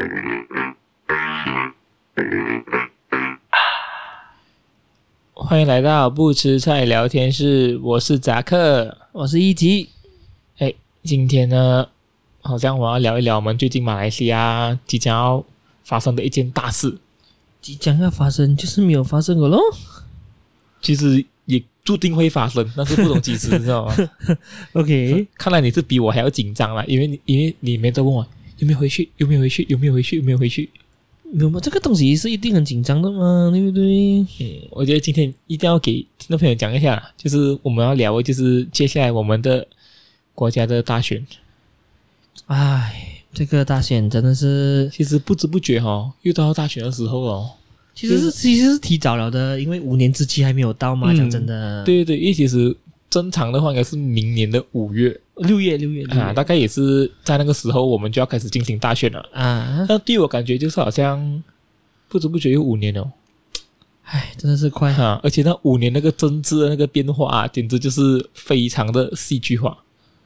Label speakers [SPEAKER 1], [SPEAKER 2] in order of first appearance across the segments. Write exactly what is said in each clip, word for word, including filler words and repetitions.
[SPEAKER 1] 欢迎来到不吃菜聊天室，我是扎克，
[SPEAKER 2] 我是一吉。
[SPEAKER 1] 哎，今天呢，好像我要聊一聊我们最近马来西亚即将要发生的一件大事。
[SPEAKER 2] 即将要发生，就是没有发生过咯。
[SPEAKER 1] 其实也注定会发生，但是不懂几时，你知道吗
[SPEAKER 2] ？OK，
[SPEAKER 1] 看来你是比我还要紧张了，因为你因为你们都问我有没有回去，有没有回去，有没有回去，有没有回去。
[SPEAKER 2] 没有吗？这个东西是一定很紧张的嘛，对不对？
[SPEAKER 1] 嗯，我觉得今天一定要给听众朋友讲一下，就是我们要聊的就是接下来我们的国家的大选。
[SPEAKER 2] 唉，这个大选真的是，
[SPEAKER 1] 其实不知不觉哦，又到大选的时候了。
[SPEAKER 2] 其实是其实是提早了的，因为五年之期还没有到嘛。讲、嗯、真的，
[SPEAKER 1] 对对对，因为其实正常的话应该是明年的五月、
[SPEAKER 2] 六月、六月
[SPEAKER 1] 啊，大概也是在那个时候我们就要开始进行大选了啊。但对我感觉就是好像不知不觉又五年了，
[SPEAKER 2] 唉，真的是快
[SPEAKER 1] 啊！而且那五年那个政治的那个变化啊，简直就是非常的戏剧化。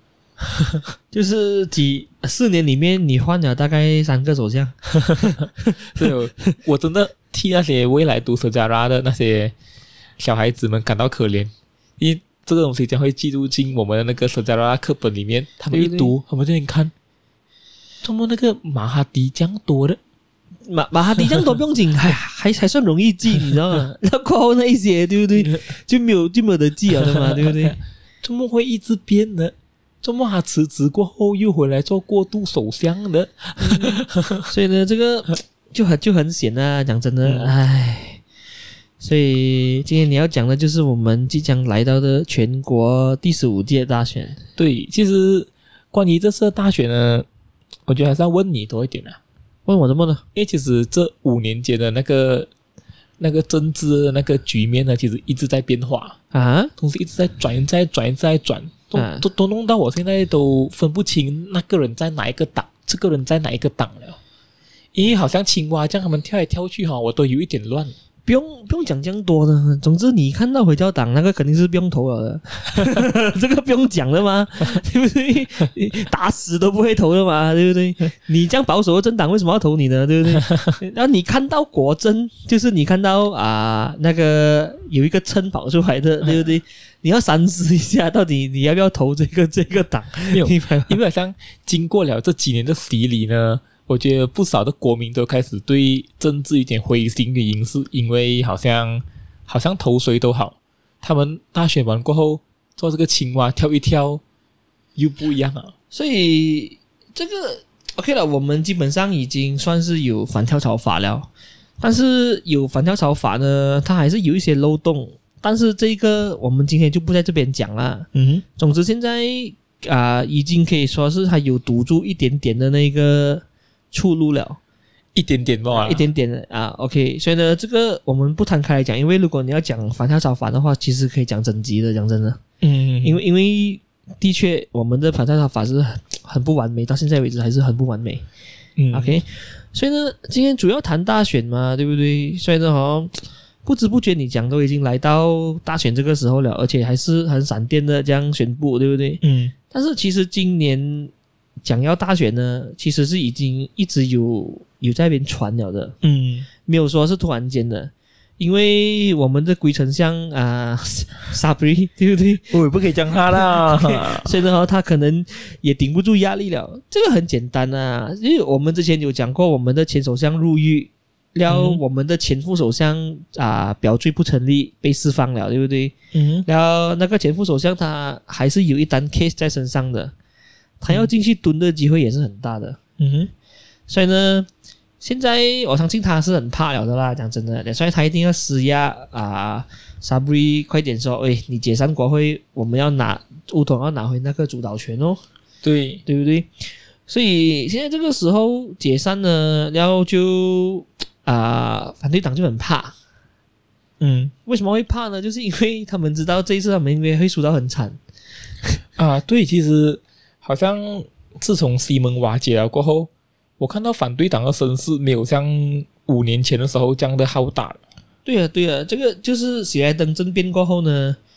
[SPEAKER 2] 就是几四年里面你换了大概三个首相。
[SPEAKER 1] 对，我我真的替那些未来读舍加拉的那些小孩子们感到可怜，因为这个东西将会记录进我们的那个舍加拉课本里面。他们一读，对对，他们就能看，怎么那个马哈迪这样多的，
[SPEAKER 2] 马马哈迪这样多不用紧，还还还算容易记，你知道吗？那过后那一些，对不对？就没有就没有得记了的嘛，对不对？
[SPEAKER 1] 怎么会一直变呢？怎么他辞职过后又回来做过渡首相的？
[SPEAKER 2] 嗯、所以呢，这个就很就很险啊！讲真的，唉。所以今天你要讲的就是我们即将来到的全国第十五届大选。
[SPEAKER 1] 对，其实关于这次的大选呢，我觉得还是要问你多一点啊。
[SPEAKER 2] 问我什么呢？
[SPEAKER 1] 因为其实这五年间的那个那个政治的那个局面呢，其实一直在变化
[SPEAKER 2] 啊，
[SPEAKER 1] 东西一直在转，在转，在转。都都都弄到我现在都分不清那个人在哪一个党，这个人在哪一个党了。因为好像青蛙这样他们跳来跳去哈，我都有一点乱。
[SPEAKER 2] 不用不用讲这样多的，总之你看到回教党那个肯定是不用投了的。这个不用讲的嘛，对不对？打死都不会投的嘛，对不对？你这样保守的政党为什么要投你呢？对不对？然后你看到果真就是你看到啊、呃、那个有一个称跑出来的，对不对？你要三思一下，到底你要不要投这个这个党？
[SPEAKER 1] 没有，因为好像经过了这几年的洗礼呢，我觉得不少的国民都开始对政治有点灰心的因素，因为好像好像投谁都好，他们大选完过后做这个青蛙跳一跳又不一样了。
[SPEAKER 2] 所以这个 OK 了，我们基本上已经算是有反跳槽法了，但是有反跳槽法呢，它还是有一些漏洞。但是这个我们今天就不在这边讲了。嗯，总之现在啊、呃，已经可以说是它有堵住一点点的那个出路了，
[SPEAKER 1] 一点点吧，
[SPEAKER 2] 一点点的啊。OK， 所以呢，这个我们不摊开来讲，因为如果你要讲反跳槽法的话，其实可以讲整集的，讲真的。嗯，因为因为的确我们的反跳槽法是很很不完美，到现在为止还是很不完美。嗯 ，OK， 所以呢，今天主要谈大选嘛，对不对？所以呢，哈。不知不觉你讲都已经来到大选这个时候了，而且还是很闪电的这样宣布，对不对？嗯。但是其实今年讲要大选呢，其实是已经一直有有在那边传了的，嗯，没有说是突然间的，因为我们的鬼丞相啊 ，Sabri， 对不对？
[SPEAKER 1] 我也不可以讲他啦，
[SPEAKER 2] 所以呢，他可能也顶不住压力了。这个很简单啊，因为我们之前有讲过，我们的前首相入狱。然后我们的前副首相啊、呃、表罪不成立被释放了，对不对？嗯。然后那个前副首相他还是有一单 case 在身上的，他要进去蹲的机会也是很大的。嗯哼。所以呢，现在我相信他是很怕了的啦，讲真的，所以他一定要施压啊 ，Sabri 快点说，哎，你解散国会，我们要拿乌统要拿回那个主导权哦。
[SPEAKER 1] 对，
[SPEAKER 2] 对不对？所以现在这个时候解散呢，然后就。啊、呃，反对党就很怕，嗯，为什么会怕呢？就是因为他们知道这一次他们应该会输到很惨
[SPEAKER 1] 啊。对，其实好像自从西蒙瓦解了过后，我看到反对党的声势没有像五年前的时候这样的浩大了。
[SPEAKER 2] 对啊，对啊，这个就是喜来登政变过后呢，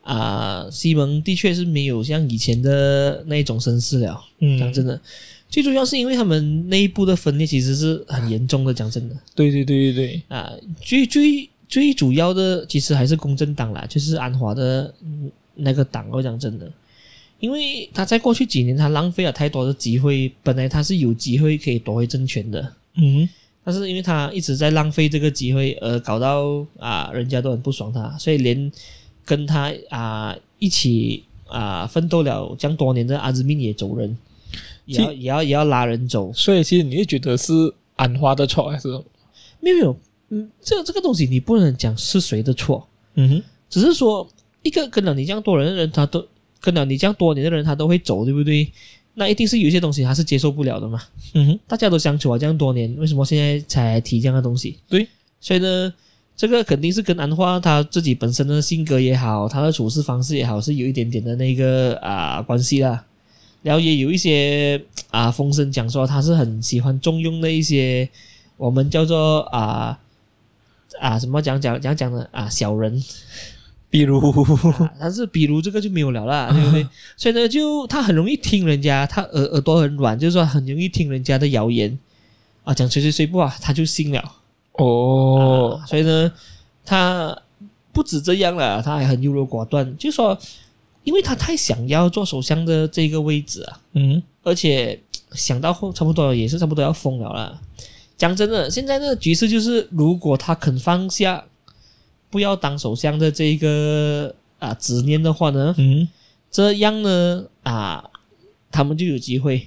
[SPEAKER 2] 啊、呃，西蒙的确是没有像以前的那种声势了。嗯，讲真的，最主要是因为他们内部的分裂其实是很严重的。讲真的，
[SPEAKER 1] 对对对对对
[SPEAKER 2] 啊，最最最主要的其实还是公正党啦，就是安华的那个党。我讲真的，因为他在过去几年他浪费了太多的机会，本来他是有机会可以夺回政权的。嗯。但是因为他一直在浪费这个机会，而搞到啊，人家都很不爽他，所以连跟他啊一起啊奋斗了这样多年的阿兹敏也走人，也要也要也要拉人走。
[SPEAKER 1] 所以其实你会觉得是安华的错还是？
[SPEAKER 2] 没有没有，嗯，这这个东西你不能讲是谁的错，
[SPEAKER 1] 嗯哼，
[SPEAKER 2] 只是说一个跟了你这样多人的人，他都跟了你这样多年的人，他都会走，对不对？那一定是有一些东西他是接受不了的嘛。嗯哼，大家都相处了这样多年，为什么现在才提这样的东西？
[SPEAKER 1] 对，
[SPEAKER 2] 所以呢，这个肯定是跟安华他自己本身的性格也好，他的处事方式也好，是有一点点的那个啊关系啦。然后也有一些啊风声讲说他是很喜欢重用的一些我们叫做啊啊什么讲讲讲讲的啊小人。
[SPEAKER 1] 比如、
[SPEAKER 2] 啊，但是比如这个就没有了啦，对不对？所以呢，就他很容易听人家，他耳耳朵很软，就是说很容易听人家的谣言啊，讲谁谁谁不好，他就信了。
[SPEAKER 1] 哦、
[SPEAKER 2] 啊，所以呢，他不止这样了，他还很优柔寡断，就是说，因为他太想要做首相的这个位置啊，嗯，而且想到后差不多也是差不多要疯了啦。讲真的，现在的局势就是，如果他肯放下。不要当首相的这个啊执念的话呢，嗯，这样呢啊，他们就有机会。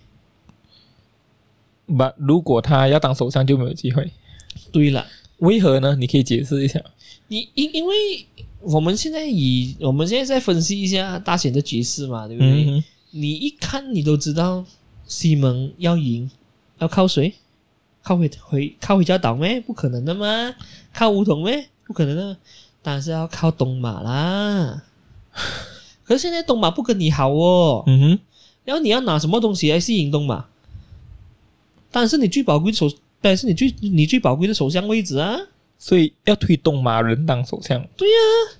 [SPEAKER 1] 不，如果他要当首相就没有机会。
[SPEAKER 2] 对了，
[SPEAKER 1] 为何呢？你可以解释一下。
[SPEAKER 2] 你因因为我们现在以我们现在在分析一下大选的局势嘛，对不对？嗯、你一看你都知道，西蒙要赢，要靠谁？靠回回靠回家岛咩？不可能的嘛！靠巫统咩？不可能的，当然是要靠东马啦。可是现在东马不跟你好哦，嗯哼，然后你要拿什么东西来吸引东马？当然是你最宝贵的首，当然是你最你最宝贵的首相位置啊。
[SPEAKER 1] 所以要推东马人当首相。
[SPEAKER 2] 对呀、啊，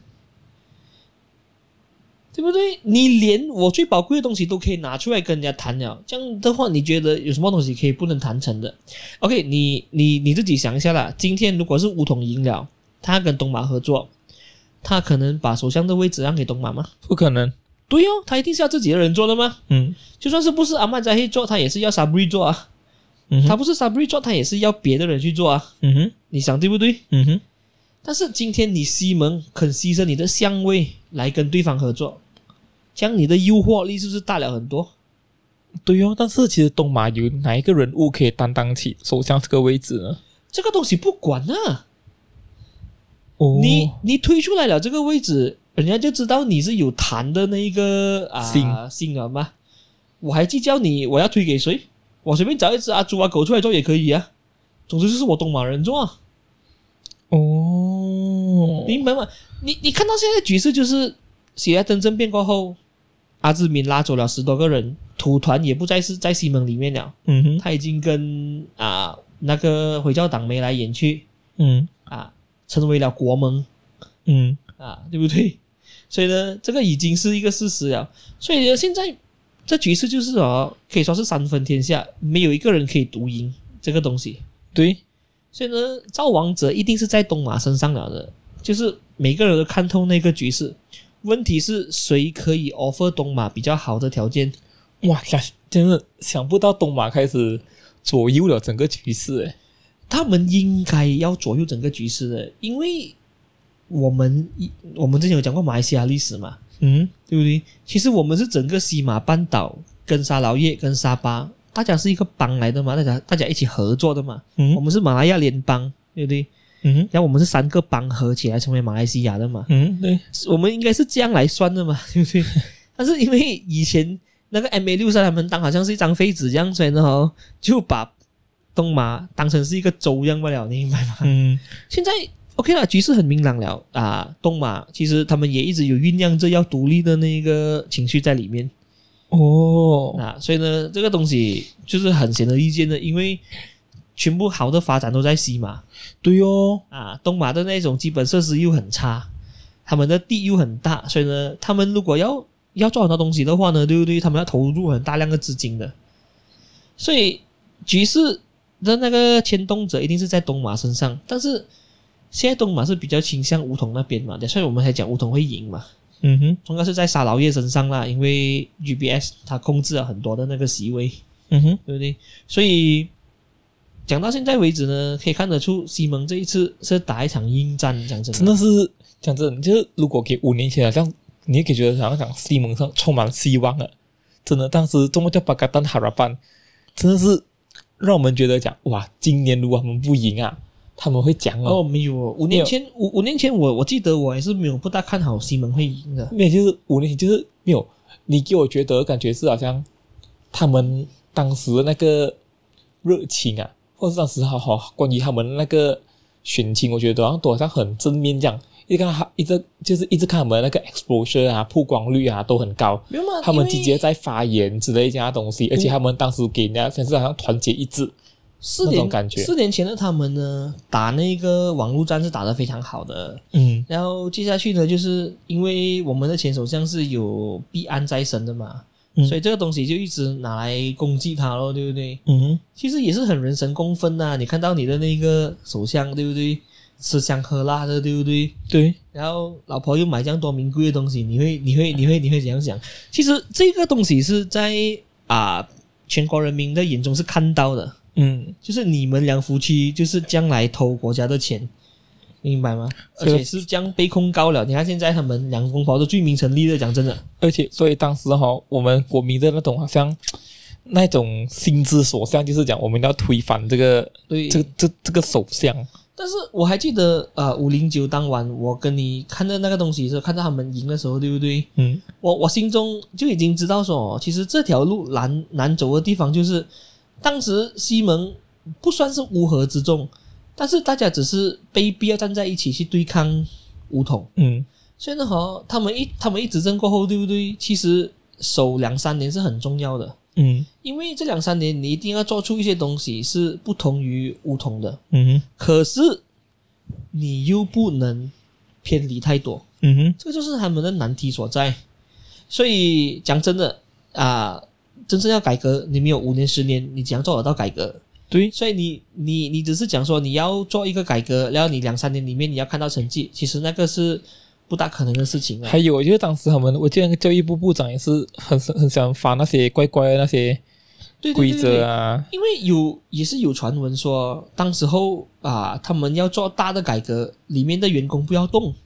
[SPEAKER 2] 对不对？你连我最宝贵的东西都可以拿出来跟人家谈了，这样的话，你觉得有什么东西可以不能谈成的 ？OK， 你你你自己想一下啦。今天如果是巫统赢了。他跟东马合作，他可能把首相的位置让给东马吗？
[SPEAKER 1] 不可能。
[SPEAKER 2] 对哦，他一定是要自己的人做的吗？嗯，就算是不是阿曼扎希做，他也是要 Sabri 做啊。嗯，他不是 Sabri 做，他也是要别的人去做啊。嗯哼，你想对不对？嗯哼。但是今天你西蒙肯牺牲你的相位来跟对方合作，这样你的诱惑力是不是大了很多？
[SPEAKER 1] 对哦，但是其实东马有哪一个人物可以担当起首相这个位置呢？
[SPEAKER 2] 这个东西不管啊。
[SPEAKER 1] 哦、
[SPEAKER 2] 你你推出来了这个位置，人家就知道你是有谈的那个啊
[SPEAKER 1] 心
[SPEAKER 2] 心了吗？我还计较你我要推给谁？我随便找一只啊猪啊狗出来做也可以啊。总之就是我东马人做啊。
[SPEAKER 1] 哦，
[SPEAKER 2] 明白吗？你你看到现在的局势就是喜来登政变过后，阿兹敏拉走了十多个人，土团也不再是在西蒙里面了。嗯哼，他已经跟啊那个回教党眉来眼去。嗯啊。成为了国盟，嗯啊，对不对？所以呢，这个已经是一个事实了。所以呢，现在这局势就是哦，可以说是三分天下，没有一个人可以独赢这个东西。
[SPEAKER 1] 对，
[SPEAKER 2] 所以呢，造王者一定是在东马身上了的，就是每个人都看透那个局势。问题是谁可以 offer 东马比较好的条件？
[SPEAKER 1] 哇，真的想不到东马开始左右了整个局势诶。
[SPEAKER 2] 他们应该要左右整个局势的，因为我们我们之前有讲过马来西亚历史嘛，嗯，对不对？其实我们是整个西马半岛跟沙劳越跟沙巴，大家是一个邦来的嘛，大家大家一起合作的嘛，嗯，我们是马来亚联邦，对不对？嗯，然后我们是三个邦合起来成为马来西亚的嘛，嗯，对，我们应该是这样来算的嘛，对不对？但是因为以前那个 M A 六三他们当好像是一张废纸这样，所以呢、哦、就把东马当成是一个州样不了，你明白吗？嗯，现在 OK 了，局势很明朗了啊。东马其实他们也一直有酝酿着要独立的那个情绪在里面哦。啊，所以呢，这个东西就是很显而易见的，因为全部好的发展都在西马。
[SPEAKER 1] 对哦，
[SPEAKER 2] 啊，东马的那种基本设施又很差， 他们的地又很大，所以呢，他们如果要要做很多东西的话呢，对不对？他们要投入很大量的资金的，所以局势的那个牵动者一定是在东马身上，但是现在东马是比较倾向巫统那边嘛，所以我们才讲巫统会赢嘛。
[SPEAKER 1] 嗯哼，
[SPEAKER 2] 重要是在沙劳越身上啦，因为 G B S 他控制了很多的那个席位，
[SPEAKER 1] 嗯哼，
[SPEAKER 2] 对不对？所以讲到现在为止呢，可以看得出西蒙这一次是打一场硬战，讲真的，
[SPEAKER 1] 真的是讲真的，就是如果给五年前好像你也可以觉得好像讲西蒙上充满希望了，真的，当时中国叫巴卡丹哈拉班，真的是让我们觉得讲哇，今年如果他们不赢啊，他们会讲
[SPEAKER 2] 哦。哦，没有哦，五年前五五年前我我记得我也是没有不大看好西蒙会赢的，
[SPEAKER 1] 没有，就是五年前就是没有，你给我觉得感觉是好像他们当时那个热情啊。或是当时好好关于他们那个选情，我觉得好像都好像很正面这样，一直看他一直就是一直看他们那个 exposure 啊、曝光率啊都很高，
[SPEAKER 2] 没有嘛？
[SPEAKER 1] 他们直接在发言之类这样的东西，而且他们当时给人家真是好像团结一致，
[SPEAKER 2] 四年感觉。四年前的他们呢，打那个网络战是打得非常好的，
[SPEAKER 1] 嗯，
[SPEAKER 2] 然后接下去呢，就是因为我们的前首相是有弊案在身的嘛。嗯、所以这个东西就一直拿来攻击他咯，对不对？
[SPEAKER 1] 嗯哼，
[SPEAKER 2] 其实也是很人神共愤呐、啊。你看到你的那个首相，对不对？吃香喝辣的，对不对？
[SPEAKER 1] 对。
[SPEAKER 2] 然后老婆又买这样多名贵的东西，你会、你会、你会、你会怎样想？其实这个东西是在啊全国人民的眼中是看到的，
[SPEAKER 1] 嗯，
[SPEAKER 2] 就是你们两夫妻就是将来偷国家的钱。明白吗？而且是这样被控告了。你看现在他们两公婆的罪名成立了，讲真的。
[SPEAKER 1] 而且所以当时哈、哦，我们国民的那种好像那种心之所向，就是讲我们要推翻这个
[SPEAKER 2] 对
[SPEAKER 1] 这个这这个首相。
[SPEAKER 2] 但是我还记得呃五零九当晚我跟你看的那个东西的时候，看到他们赢的时候，对不对？
[SPEAKER 1] 嗯，
[SPEAKER 2] 我我心中就已经知道说，其实这条路难难走的地方就是当时西蒙不算是乌合之众。但是大家只是被逼要站在一起去对抗巫统，
[SPEAKER 1] 嗯，
[SPEAKER 2] 所以呢，哈，他们一他们一执政过后，对不对？其实守两三年是很重要的，
[SPEAKER 1] 嗯，
[SPEAKER 2] 因为这两三年你一定要做出一些东西是不同于巫统的，
[SPEAKER 1] 嗯哼，
[SPEAKER 2] 可是你又不能偏离太多，
[SPEAKER 1] 嗯哼，
[SPEAKER 2] 这个就是他们的难题所在。所以讲真的啊，真正要改革，你没有五年十年，你怎样做得到改革？
[SPEAKER 1] 对，
[SPEAKER 2] 所以你你你只是讲说你要做一个改革，然后你两三年里面你要看到成绩，其实那个是不大可能的事情啊。
[SPEAKER 1] 还有，我觉得当时他们，我记得那个教育部部长也是很很喜欢发那些怪怪的那些规则啊。
[SPEAKER 2] 对对对对，因为有也是有传闻说，当时候啊，他们要做大的改革，里面的员工不要动，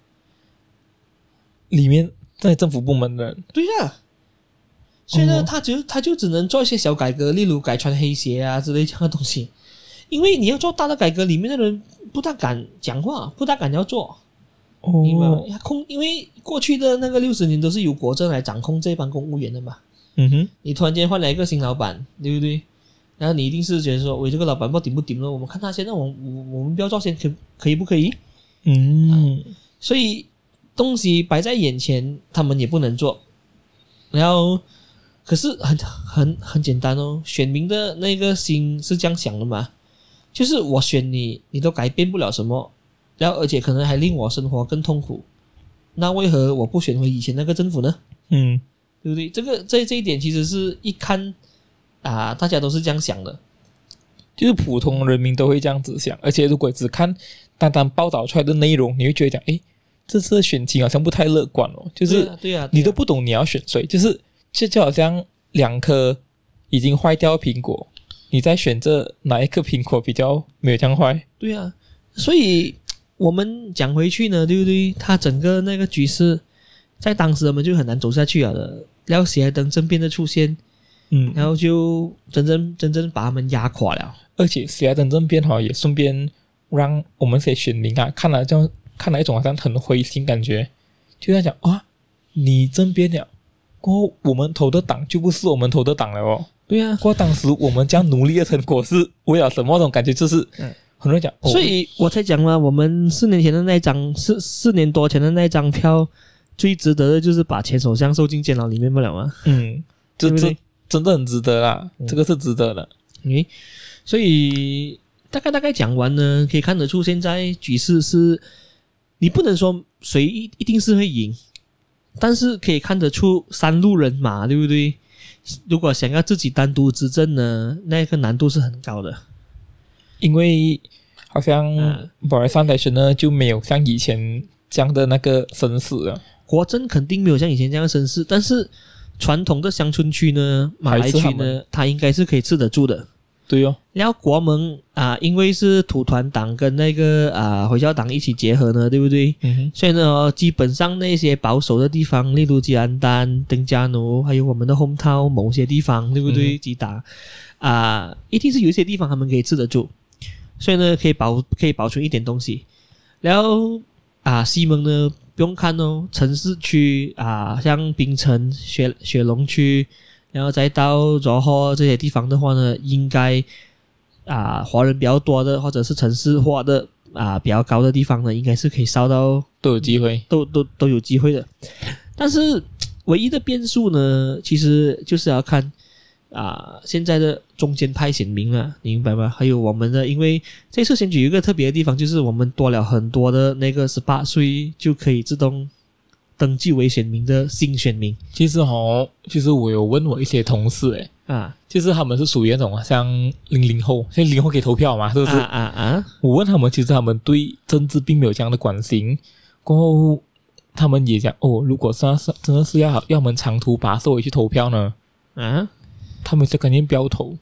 [SPEAKER 1] 里面在政府部门的人。
[SPEAKER 2] 对呀、啊。所以呢，哦、他就他就只能做一些小改革，例如改穿黑鞋啊之类这样的东西。因为你要做大的改革，里面的人不大敢讲话，不大敢要做。
[SPEAKER 1] 哦，
[SPEAKER 2] 明白吗？控，因为过去的那个六十年都是由国政来掌控这帮公务员的嘛。
[SPEAKER 1] 嗯哼，
[SPEAKER 2] 你突然间换来一个新老板，对不对？然后你一定是觉得说，喂，这个老板不知道顶不顶了？我们看他现在，我我我们不要做先，可可以不可以？
[SPEAKER 1] 嗯、啊，
[SPEAKER 2] 所以东西摆在眼前，他们也不能做。然后。可是很很很简单哦，选民的那个心是这样想的嘛，就是我选你，你都改变不了什么，然后而且可能还令我生活更痛苦，那为何我不选回以前那个政府呢？
[SPEAKER 1] 嗯，
[SPEAKER 2] 对不对？这个这这一点其实是一看啊，大家都是这样想的，
[SPEAKER 1] 就是普通人民都会这样子想，而且如果只看单单报道出来的内容，你会觉得讲，诶，这次的选情好像不太乐观哦，就是
[SPEAKER 2] 对啊，
[SPEAKER 1] 你都不懂你要选谁，就是。这就好像两颗已经坏掉的苹果，你在选择哪一颗苹果比较没有这样坏？
[SPEAKER 2] 对啊，所以我们讲回去呢，对不对？它整个那个局势，在当时我们就很难走下去了的。然后喜来登政变的出现，
[SPEAKER 1] 嗯，
[SPEAKER 2] 然后就真正真正把他们压垮了。
[SPEAKER 1] 而且喜来登政变哈，也顺便让我们这些选民啊，看了这样看了一种好像很灰心感觉，就在讲啊，你政变了。过后我们投的党就不是我们投的党了哦。
[SPEAKER 2] 对啊，
[SPEAKER 1] 过后当时我们这样努力的成果是为了什么？这种感觉就是，嗯，很多人讲，
[SPEAKER 2] 哦、所以我才讲了，我们四年前的那张四四年多前的那张票，最值得的就是把前首相收进监牢里面不了吗？
[SPEAKER 1] 嗯，这这真的很值得啦，嗯、这个是值得的。
[SPEAKER 2] 嗯，所以大概大概讲完呢，可以看得出现在局势是，你不能说谁一一定是会赢，但是可以看得出三路人马，对不对？如果想要自己单独执政呢，那个难度是很高的，
[SPEAKER 1] 因为好像 Barisan Nasional 呢就没有像以前这样的那个声势了。
[SPEAKER 2] 国政肯定没有像以前这样声势，但是传统的乡村区呢，马来区呢，它应该是可以吃得住的。
[SPEAKER 1] 对哦，
[SPEAKER 2] 然后国盟啊，因为是土团党跟那个啊回教党一起结合呢，对不对？
[SPEAKER 1] 嗯哼，
[SPEAKER 2] 所以呢，基本上那些保守的地方，例如吉兰丹、登嘉奴，还有我们的 hometown 某些地方，对不对？吉打啊，一定是有一些地方他们可以吃得住，所以呢，可以保可以保存一点东西。然后啊，西蒙呢不用看哦，城市区啊，像槟城、雪雪隆区。然后再到柔佛这些地方的话呢，应该啊华人比较多的，或者是城市化的啊比较高的地方呢，应该是可以烧到
[SPEAKER 1] 都有机会，
[SPEAKER 2] 都都都有机会的。但是唯一的变数呢，其实就是要看啊现在的中间派选民啊，你明白吗？还有我们的，因为这次选举有一个特别的地方，就是我们多了很多的那个十八岁就可以自动登记为选民的新选民。
[SPEAKER 1] 其实哦，其实我有问我一些同事诶，
[SPEAKER 2] 啊，
[SPEAKER 1] 就是他们是属于那种像零零后，像零零后可以投票嘛，是不是？
[SPEAKER 2] 啊啊啊！
[SPEAKER 1] 我问他们，其实他们对政治并没有这样的关心。过后他们也讲哦，如果是真的是要要我们长途跋涉回去投票呢，
[SPEAKER 2] 啊，
[SPEAKER 1] 他们就肯定不要投。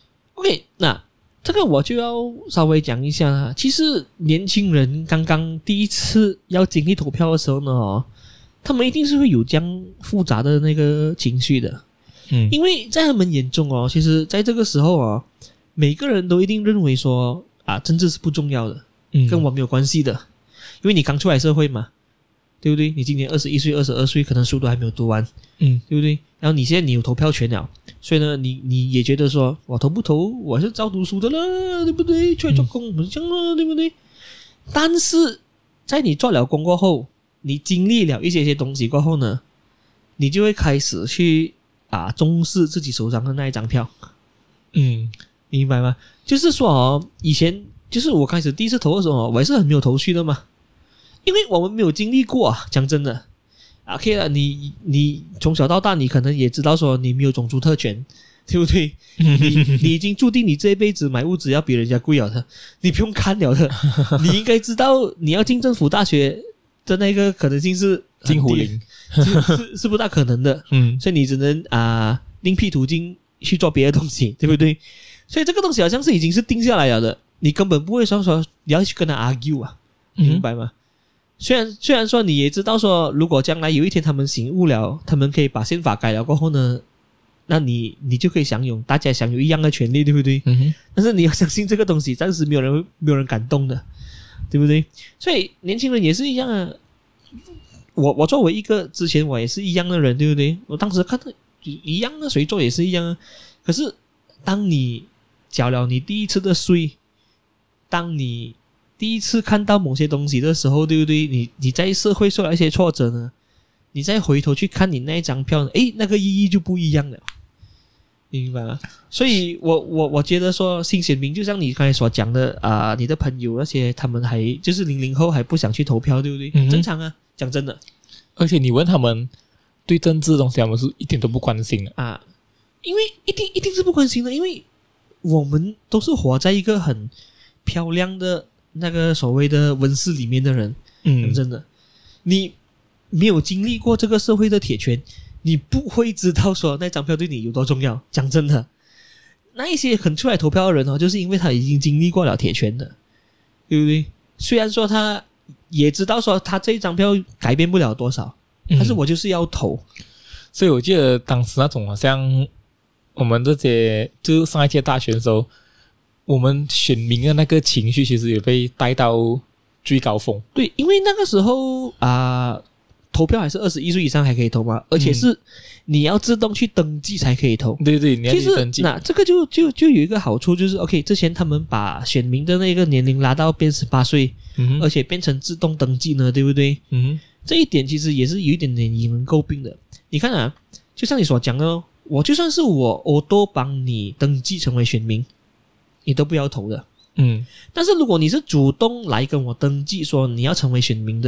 [SPEAKER 2] OK， 那这个我就要稍微讲一下啦。其实年轻人刚刚第一次要经历投票的时候呢，哦，他们一定是会有这样复杂的那个情绪的。
[SPEAKER 1] 嗯，
[SPEAKER 2] 因为在他们眼中哦，其实在这个时候哦，每个人都一定认为说啊，政治是不重要的，
[SPEAKER 1] 嗯，
[SPEAKER 2] 跟我没有关系的，因为你刚出来社会嘛，对不对？你今年二十一岁、二十二岁，可能书都还没有读完，
[SPEAKER 1] 嗯，
[SPEAKER 2] 对不对？然后你现在你有投票权了，所以呢，你你也觉得说，我投不投，我是照读书的啦，对不对？出来做工不是这样啦，对不对？但是在你做了工过后，你经历了一些些东西过后呢，你就会开始去啊重视自己手上的那一张票，
[SPEAKER 1] 嗯，
[SPEAKER 2] 明白吗？就是说哦，以前就是我开始第一次投的时候，我也是很没有头绪的嘛，因为我们没有经历过啊，讲真的。OK 了，你你从小到大，你可能也知道说你没有种族特权，对不对？你你已经注定你这一辈子买屋子要比人家贵了的，你不用看了的。你应该知道你要进政府大学的那个可能性是
[SPEAKER 1] 进虎林，
[SPEAKER 2] 是是是不大可能的。
[SPEAKER 1] 嗯，
[SPEAKER 2] 所以你只能啊另辟途径去做别的东西，对不对？所以这个东西好像是已经是定下来了的，你根本不会说说你要去跟他 argue 啊，明白吗？嗯，虽然虽然说你也知道说，如果将来有一天他们醒悟了，他们可以把宪法改了过后呢，那你你就可以享有大家享有一样的权利，对不对？
[SPEAKER 1] 嗯哼。
[SPEAKER 2] 但是你要相信这个东西，暂时没有人没有人敢动的，对不对？所以年轻人也是一样啊。我我作为一个之前我也是一样的人，对不对？我当时看到一样的谁做也是一样啊。可是当你缴了你第一次的税，当你第一次看到某些东西的时候，对不对？你你在社会受了一些挫折呢，你再回头去看你那一张票，诶，那个意义就不一样了，明白吗？所以我我我觉得说新选民就像你刚才所讲的啊、呃，你的朋友那些他们还就是零零后还不想去投票，对不对？嗯、正常啊，讲真的。
[SPEAKER 1] 而且你问他们对政治的东西，他们是一点都不关心的
[SPEAKER 2] 啊，因为一定一定是不关心的，因为我们都是活在一个很漂亮的那个所谓的温室里面的人，嗯，真的，你没有经历过这个社会的铁拳，你不会知道说那张票对你有多重要。讲真的，那一些肯出来投票的人哦，就是因为他已经经历过了铁拳的，对不对？虽然说他也知道说他这一张票改变不了多少，但是我就是要投。
[SPEAKER 1] 嗯、所以我记得当时那种好像我们这些就上一届大选的时候，我们选民的那个情绪其实也被带到最高峰。
[SPEAKER 2] 对，因为那个时候啊、呃，投票还是二十一岁以上还可以投嘛，而且是你要自动去登记才可以投。
[SPEAKER 1] 嗯、对对，你要去登记。
[SPEAKER 2] 那这个就就就有一个好处，就是 OK， 之前他们把选民的那个年龄拉到变十八岁，嗯，而且变成自动登记呢，对不对？嗯，这一点其实也是有一点点引人诟病的。你看啊，就像你所讲的哦，我就算是我我都帮你登记成为选民，你都不要投的。嗯，但是如果你是主动来跟我登记说你要成为选民的，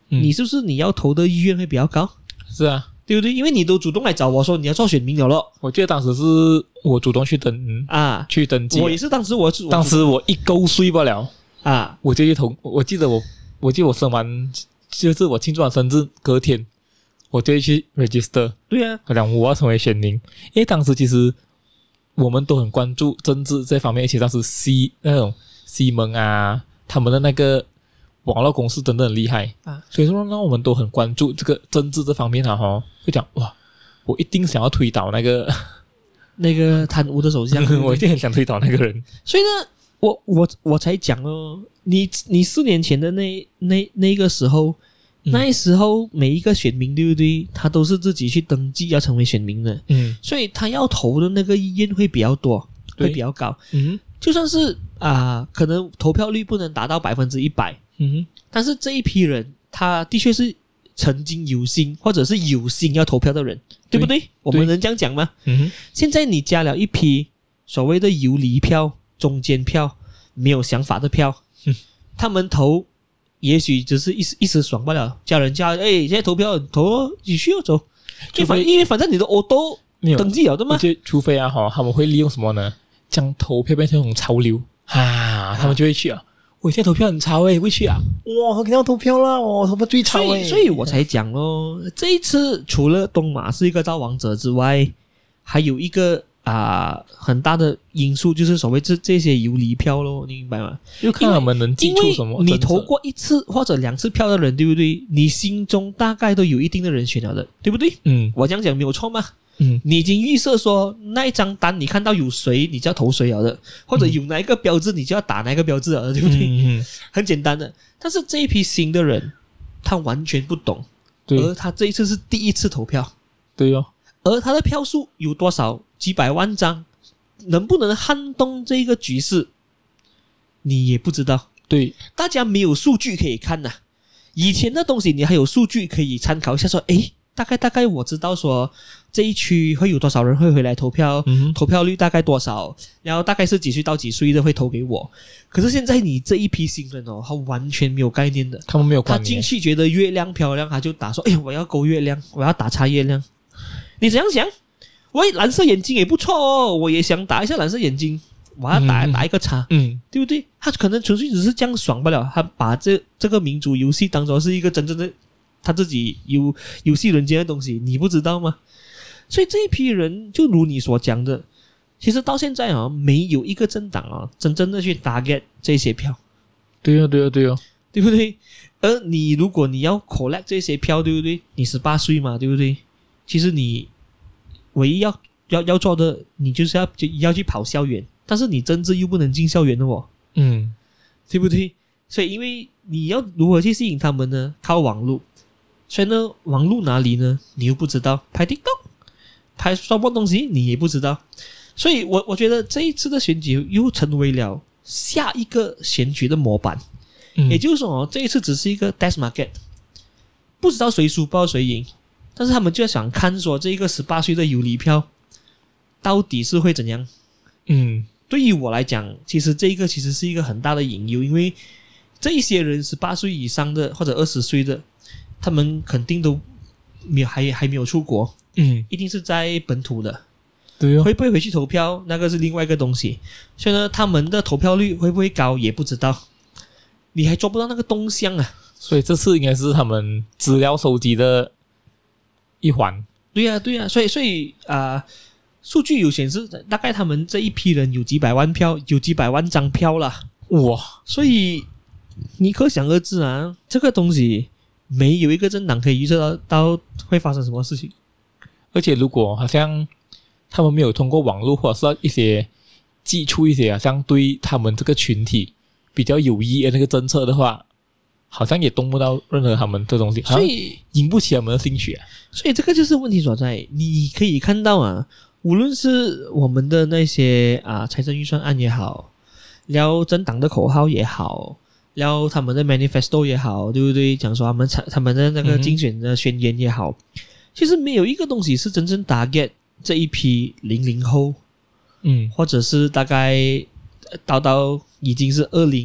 [SPEAKER 2] 嗯、你是不是你要投的意愿会比较高？
[SPEAKER 1] 是啊，
[SPEAKER 2] 对不对？因为你都主动来找我说你要做选民了咯。
[SPEAKER 1] 我记得当时是我主动去登啊，去登记。
[SPEAKER 2] 我也是当时我
[SPEAKER 1] 当时我一勾税不了啊，我就去投。我记得我我记得我生完就是我庆祝完生日隔天，我就去 register。
[SPEAKER 2] 对啊，
[SPEAKER 1] 我讲我要成为选民，因为当时其实我们都很关注政治这方面，而且当时西那种西蒙啊，他们的那个网络公司真的很厉害啊，所以说呢，我们都很关注这个政治这方面啊，哈，会讲哇，我一定想要推倒那个
[SPEAKER 2] 那个贪污的首相，
[SPEAKER 1] 我一定很想推倒那个人。
[SPEAKER 2] 所以呢，我我我才讲哦，你你四年前的那那那个时候。那时候每一个选民对不对，他都是自己去登记要成为选民的，嗯，所以他要投的那个意愿会比较多，会比较高，嗯，就算是啊、呃，可能投票率不能达到百分之一百，嗯，但是这一批人他的确是曾经有心或者是有心要投票的人，对不对？对，我们能这样讲吗？嗯，现在你加了一批所谓的游离票、中间票、没有想法的票，嗯，他们投。也许只是一时一时爽不了，叫人家哎，现在投票投继续要走，因为反因为反正你的 auto 登记了的嘛。
[SPEAKER 1] 就除非啊哈，他们会利用什么呢？将投票变成一种潮流啊，他们就会去啊。我现在投票很潮诶，会去啊。哇，我肯定要投票啦，我投票最潮诶。
[SPEAKER 2] 所以我才讲咯，这一次除了东马是一个造王者之外，还有一个。啊、呃，很大的因素就是所谓这这些游离票咯，你明白吗？
[SPEAKER 1] 就看他们能记住什么。
[SPEAKER 2] 你投过一次或者两次票的人，对不对？你心中大概都有一定的人选了的，对不对？嗯，我这样讲没有错吗？嗯，你已经预设说那一张单你看到有谁，你就要投谁了的，或者有哪一个标志，你就要打哪一个标志了的，对不对？嗯嗯，很简单的。但是这一批新的人，他完全不懂，对，而他这一次是第一次投票，
[SPEAKER 1] 对哦。
[SPEAKER 2] 而他的票数有多少？几百万张，能不能撼动这个局势，你也不知道。
[SPEAKER 1] 对，
[SPEAKER 2] 大家没有数据可以看呐、啊。以前的东西你还有数据可以参考一下，说，诶，大概大概我知道说这一区会有多少人会回来投票，嗯、投票率大概多少，然后大概是几岁到几岁的会投给我。可是现在你这一批新人哦，他完全没有概念的，
[SPEAKER 1] 他们没有概念。
[SPEAKER 2] 他进去觉得月亮漂亮，他就打说，诶，我要勾月亮，我要打叉月亮。你怎样想？喂，蓝色眼睛也不错哦，我也想打一下蓝色眼睛，我要打、嗯、打一个叉，嗯，对不对？他可能纯粹只是这样爽不了，他把这这个民主游戏当作是一个真正的他自己游游戏人间的东西，你不知道吗？所以这一批人，就如你所讲的，其实到现在啊，没有一个政党啊，真正的去 target 这些票。
[SPEAKER 1] 对啊，对啊，对啊，
[SPEAKER 2] 对不对？而你如果你要 collect 这些票，对不对？你十八岁嘛，对不对？其实你。唯一要要要做的，你就是要就要去跑校园，但是你政治又不能进校园的哦，嗯，对不对？所以因为你要如何去吸引他们呢？靠网络，所以呢，网络哪里呢？你又不知道，拍 TikTok， 拍什么东西你也不知道，所以我我觉得这一次的选举又成为了下一个选举的模板，嗯、也就是说，这一次只是一个 test market， 不知道谁输，不知道谁赢。但是他们就想看说这一个十八岁的游离票到底是会怎样？嗯，对于我来讲，其实这一个其实是一个很大的隐忧，因为这一些人十八岁以上的或者二十岁的，他们肯定都没有还还没有出国，嗯，一定是在本土的，
[SPEAKER 1] 对哦，
[SPEAKER 2] 会不会回去投票那个是另外一个东西，所以呢，他们的投票率会不会高也不知道，你还抓不到那个动向啊，
[SPEAKER 1] 所以这次应该是他们资料收集的。一环，
[SPEAKER 2] 对呀、啊，对呀、啊，所以所以啊、呃，数据有显示，大概他们这一批人有几百万票，有几百万张票啦，哇！所以你可想而知啊，这个东西没有一个政党可以预测到到会发生什么事情。
[SPEAKER 1] 而且如果好像他们没有通过网络或者是一些寄出一些好像对他们这个群体比较有益的那个政策的话。好像也动不到任何他们的东西，
[SPEAKER 2] 所以
[SPEAKER 1] 引不起他们的兴趣、啊。
[SPEAKER 2] 所以这个就是问题所在。你可以看到啊，无论是我们的那些啊财政预算案也好，然后政党的口号也好，然后他们的 manifesto 也好，对不对？讲说他们他们的那个竞选的宣言也好，嗯、其实没有一个东西是真正 target 这一批零零后，嗯，或者是大概到到已经是二零。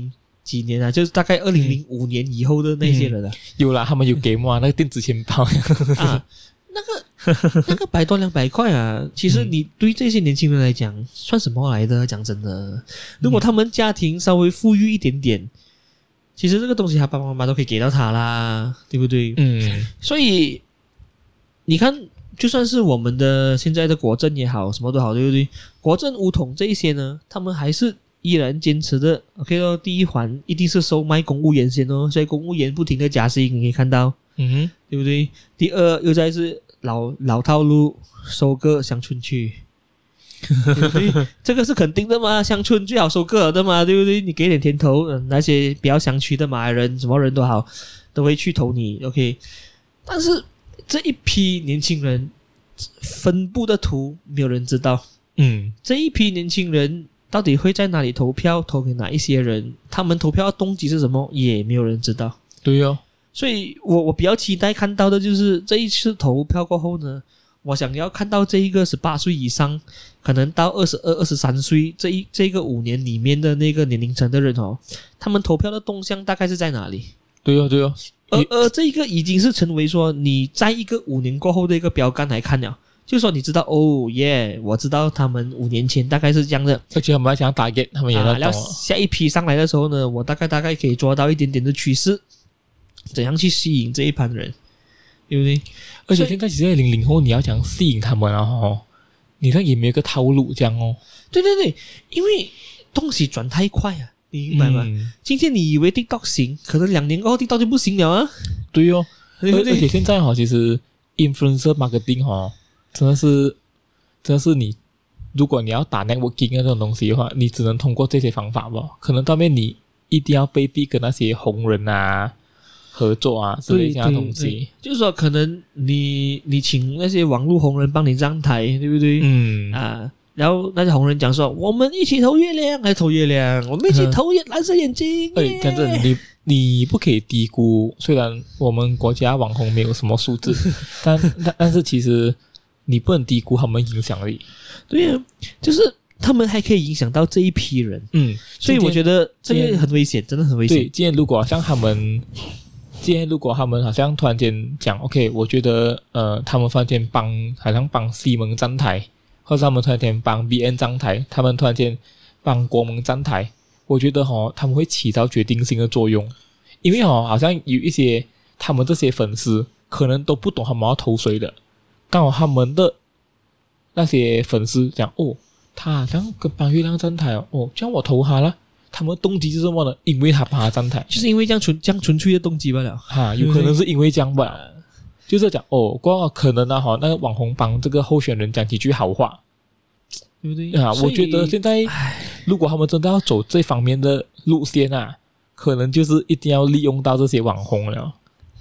[SPEAKER 2] 几年啊，就是大概二零零五年以后的那些人啊，
[SPEAKER 1] 嗯、有啦，他们有给嘛那个电子钱包
[SPEAKER 2] 啊，那个那个百多两百块啊，其实你对这些年轻人来讲算什么来的？讲真的，如果他们家庭稍微富裕一点点，其实这个东西他爸爸妈妈都可以给到他啦，对不对？
[SPEAKER 1] 嗯，
[SPEAKER 2] 所以你看，就算是我们的现在的国政也好，什么都好，对不对？国政五统这一些呢，他们还是依然坚持的 OK 咯，第一环一定是收买公务员先哦，所以公务员不停的加薪，你可以看到，
[SPEAKER 1] 嗯哼，
[SPEAKER 2] 对不对？第二又再是老老套路，收割乡村区，对不对？这个是肯定的嘛，乡村最好收割的嘛，对不对？你给点甜头，嗯、那些比较乡区的马来人，什么人都好，都会去投你 OK。但是这一批年轻人分布的图没有人知道，
[SPEAKER 1] 嗯，
[SPEAKER 2] 这一批年轻人到底会在哪里投票，投给哪一些人，他们投票的动机是什么，也没有人知道。
[SPEAKER 1] 对哦，
[SPEAKER 2] 所以我我比较期待看到的就是这一次投票过后呢，我想要看到这一个十八岁以上，可能到二十二、二十三岁这一这个五年里面的那个年龄层的人哦，他们投票的动向大概是在哪里？
[SPEAKER 1] 对哦，对哦。
[SPEAKER 2] 而而这一个已经是成为说你在一个五年过后的一个标杆来看了，就是说你知道哦耶，我知道他们五年前大概是这样的，
[SPEAKER 1] 而且他们还想要打 get， 他们也在懂、啊。
[SPEAKER 2] 然后下一批上来的时候呢，我大概大概可以抓到一点点的趋势，怎样去吸引这一盘人，对不对？
[SPEAKER 1] 而且现在其实零零后你要讲吸引他们啊哦，你看也没有个套路这样哦。
[SPEAKER 2] 对对对，因为东西转太快啊。你明白吗？嗯、今天你以为 TikTok 行，可能两年过后 TikTok 就不行了啊。
[SPEAKER 1] 对哦，
[SPEAKER 2] 对对对，
[SPEAKER 1] 而且现在哈、哦，其实 influencer marketing 哈、哦，真的是，真的是你，如果你要打 networking 这种东西的话，你只能通过这些方法吧。可能到面你一定要被逼跟那些红人啊合作啊之类这样的东西。
[SPEAKER 2] 就是说，可能你你请那些网络红人帮你站台，对不对？
[SPEAKER 1] 嗯
[SPEAKER 2] 啊。然后那些红人讲说，我们一起投月亮，还投月亮，我们一起投蓝色眼睛。
[SPEAKER 1] 对，讲真，你你不可以低估，虽然我们国家网红没有什么素质，但但但是其实你不能低估他们影响力。
[SPEAKER 2] 对啊，就是他们还可以影响到这一批人。嗯，所以我觉得这个很危险，真的很危险。
[SPEAKER 1] 对，今天如果像他们，今天如果他们好像突然间讲 ，OK， 我觉得呃，他们突然间帮，好像帮西蒙站台。或者他们突然间帮 B N 站台，他们突然间帮国盟站台，我觉得哈他们会起到决定性的作用，因为哈好像有一些他们这些粉丝可能都不懂他们要投谁的，刚好他们的那些粉丝讲哦，他好像跟帮月亮站台哦，哦，这样我投他了，他们的动机是什么呢？因为他帮他站台，
[SPEAKER 2] 就是因为这样纯这样纯粹的动机罢了，
[SPEAKER 1] 哈，有可能是因为这样吧。就是讲哦，过可能啊哈，那个网红帮这个候选人讲几句好话，
[SPEAKER 2] 对不对
[SPEAKER 1] 啊？我觉得现在如果他们真的要走这方面的路线啊，可能就是一定要利用到这些网红了。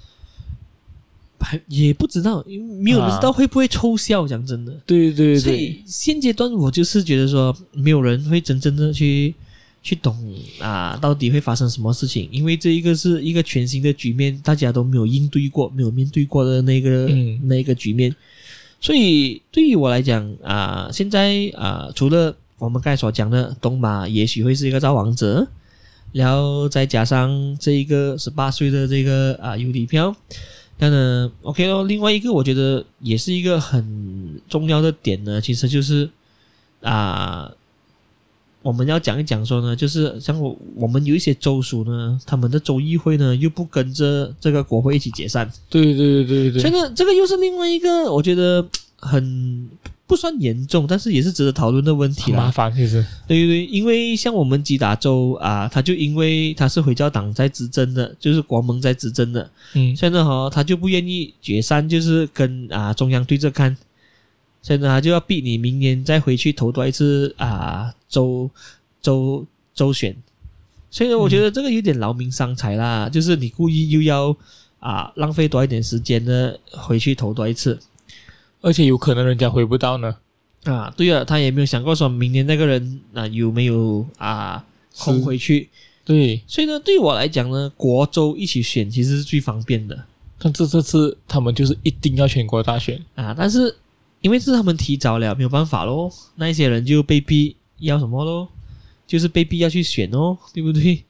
[SPEAKER 2] 也不知道，因为没有人知道会不会凑效。讲真的，
[SPEAKER 1] 对对对，
[SPEAKER 2] 所以现阶段我就是觉得说，没有人会真正的去。去懂啊，到底会发生什么事情？因为这一个是一个全新的局面，大家都没有应对过、没有面对过的那个、嗯、那个局面。所以对于我来讲啊，现在啊，除了我们刚才所讲的东马，也许会是一个造王者，然后再加上这一个十八岁的这个啊邮递票，那呢 OK 咯。另外一个我觉得也是一个很重要的点呢，其实就是啊。我们要讲一讲说呢，就是像我我们有一些州属呢，他们的州议会呢又不跟着这个国会一起解散。
[SPEAKER 1] 对对对对，
[SPEAKER 2] 所以呢，这个又是另外一个我觉得很不算严重，但是也是值得讨论的问题啦。
[SPEAKER 1] 麻烦其实。
[SPEAKER 2] 对对对，因为像我们吉打州啊，他就因为他是回教党在执政的，就是国盟在执政的，嗯，所以呢哈，他就不愿意解散，就是跟啊中央对着干。所以呢，他就要逼你明年再回去投多一次啊州州州选。所以呢，我觉得这个有点劳民伤财啦，嗯、就是你故意又要啊浪费多一点时间呢，回去投多一次，
[SPEAKER 1] 而且有可能人家回不到呢。
[SPEAKER 2] 啊，对啊，他也没有想过说明年那个人啊有没有啊空回去。
[SPEAKER 1] 对，
[SPEAKER 2] 所以呢，对我来讲呢，国州一起选其实是最方便的。
[SPEAKER 1] 但这这次他们就是一定要全国大选
[SPEAKER 2] 啊，但是。因为是他们提早了，没有办法咯，那一些人就被逼要什么咯，就是被逼要去选哦，对不对？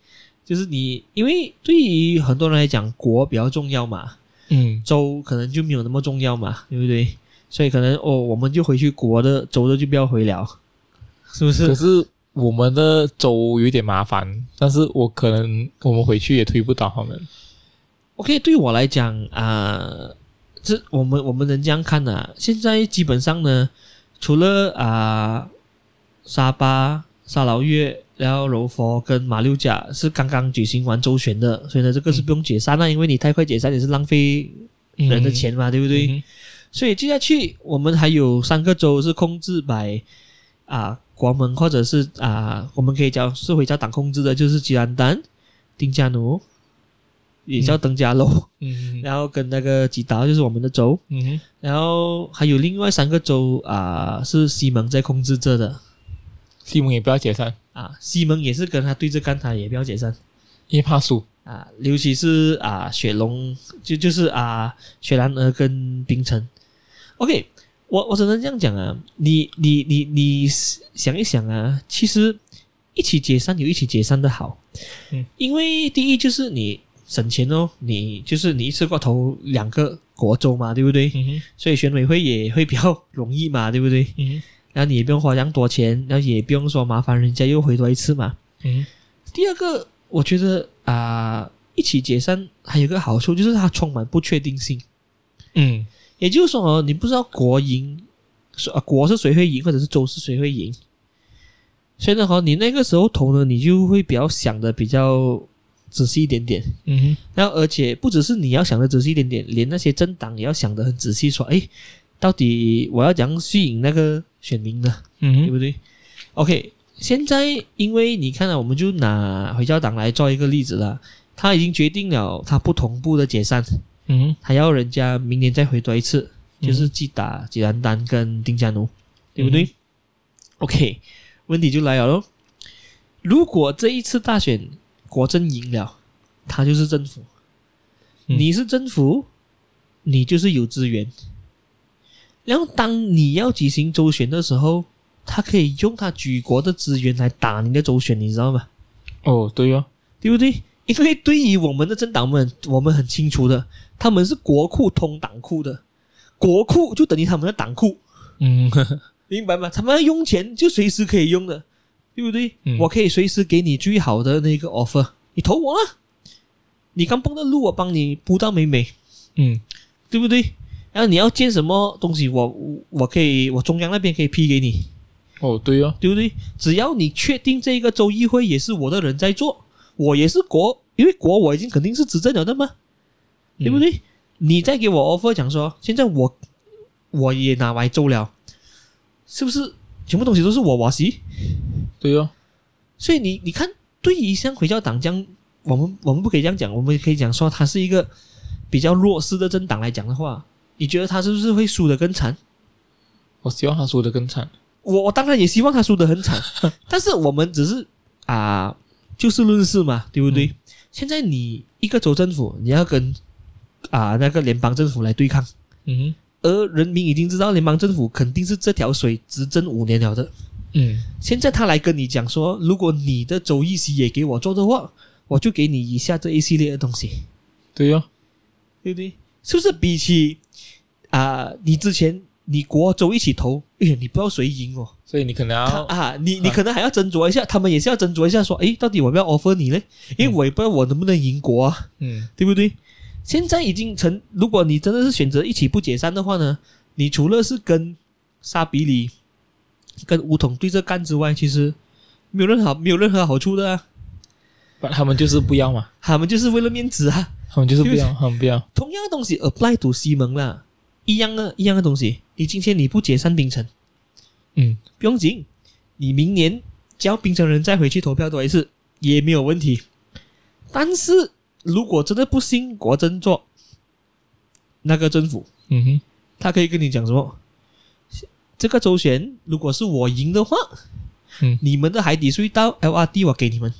[SPEAKER 2] 就是你，因为对于很多人来讲，国比较重要嘛，
[SPEAKER 1] 嗯，
[SPEAKER 2] 州可能就没有那么重要嘛，对不对？所以可能哦，我们就回去国的，州的就不要回了，是不是？
[SPEAKER 1] 可是我们的州有点麻烦，但是我可能我们回去也推不倒他们。
[SPEAKER 2] OK， 对我来讲啊、呃，这我们我们能这样看啊，现在基本上呢，除了啊、呃、沙巴、沙劳越，然后柔佛跟马六甲是刚刚举行完州选的，所以呢，这个是不用解散了、嗯，因为你太快解散也是浪费人的钱嘛，嗯、对不对？嗯、所以接下去我们还有三个州是控制by啊、呃、国盟或者是啊、呃、我们可以叫是回教党控制的，就是吉兰丹、丁加奴。也叫登嘉楼，嗯，然后跟那个吉达就是我们的州，嗯，然后还有另外三个州啊、呃、是西蒙在控制着的，
[SPEAKER 1] 西蒙也不要解散
[SPEAKER 2] 啊，西蒙也是跟他对着干，他也不要解散，
[SPEAKER 1] 因为怕输
[SPEAKER 2] 啊，尤其是啊雪龙就就是啊雪兰莪跟槟城 ，OK， 我我只能这样讲啊，你你你你想一想啊，其实一起解散有一起解散的好，嗯，因为第一就是你。省钱哦，你就是你一次过投两个国州嘛，对不对？嗯、所以选委会也会比较容易嘛，对不对？嗯、然后你也不用花这样多钱，然后也不用说麻烦人家又回多一次嘛。嗯、第二个，我觉得啊、呃，一起解散还有一个好处就是它充满不确定性。嗯，也就是说哦，你不知道国赢，啊国是谁会赢，或者是州是谁会赢。所以呢，哈，你那个时候投呢，你就会比较想的比较。仔细一点点，嗯哼，然后而且不只是你要想的仔细一点点，连那些政党也要想得很仔细，说，哎，到底我要怎样吸引那个选民呢？嗯哼，对不对 ？OK， 现在因为你看啊，我们就拿回教党来做一个例子了，他已经决定了他不同步的解散，嗯哼，还要人家明年再回多一次，就是击打吉兰丹跟丁加奴，对不对、嗯、？OK， 问题就来了咯，如果这一次大选。国政赢了，他就是政府。嗯、你是政府，你就是有资源。然后当你要举行州选的时候，他可以用他举国的资源来打你的州选，你知道吗？
[SPEAKER 1] 哦，对哦，
[SPEAKER 2] 对不对？因为对于我们的政党们，我们很清楚的，他们是国库通党库的，国库就等于他们的党库。嗯，明白吗？他们要用钱就随时可以用的。对不对、嗯？我可以随时给你最好的那个 offer， 你投我啊！你刚蹦的路我帮你铺到美美，嗯，对不对？然后你要建什么东西，我我可以，我中央那边可以批给你。
[SPEAKER 1] 哦，对哦，
[SPEAKER 2] 对不对？只要你确定这个州议会也是我的人在做，我也是国，因为国我已经肯定是执政了的嘛，嗯、对不对？你再给我 offer 讲说，现在我我也拿完州了，是不是？全部东西都是我瓦西。
[SPEAKER 1] 对哦，
[SPEAKER 2] 所以你你看，对于像回教党这样，我们我们不可以这样讲，我们可以讲说他是一个比较弱势的政党来讲的话，你觉得他是不是会输得更惨？
[SPEAKER 1] 我希望他输得更惨。
[SPEAKER 2] 我我当然也希望他输得很惨，但是我们只是啊、呃，就事论事嘛，对不对？嗯、现在你一个州政府，你要跟啊、呃、那个联邦政府来对抗，嗯哼，而人民已经知道联邦政府肯定是这条水执政五年了的。嗯，现在他来跟你讲说，如果你的州议席也给我做的话，我就给你以下这一系列的东西。
[SPEAKER 1] 对哦，
[SPEAKER 2] 对不对？是不是比起啊、呃，你之前你国州一起投，哎呀，你不知道谁赢哦，
[SPEAKER 1] 所以你可能要
[SPEAKER 2] 啊，你你可能还要斟酌一下，他们也是要斟酌一下，说，哎，到底我不要 offer 你呢？因为我也不知道我能不能赢国啊，嗯，对不对？现在已经成，如果你真的是选择一起不解散的话呢，你除了是跟沙比里。跟巫统对着干之外，其实没有任何没有任何好处的啊。
[SPEAKER 1] 他们就是不要嘛，
[SPEAKER 2] 他们就是为了面子啊，
[SPEAKER 1] 他们就是不要，他们不要。
[SPEAKER 2] 同样的东西 apply to 西蒙啦，一样的一样的东西。你今天你不解散槟城，嗯，不用紧，你明年叫槟城人再回去投票多一次也没有问题。但是如果真的不信国政做那个政府，嗯哼，他可以跟你讲什么？这个州选如果是我赢的话，嗯，你们的海底隧道 L R T 我给你们。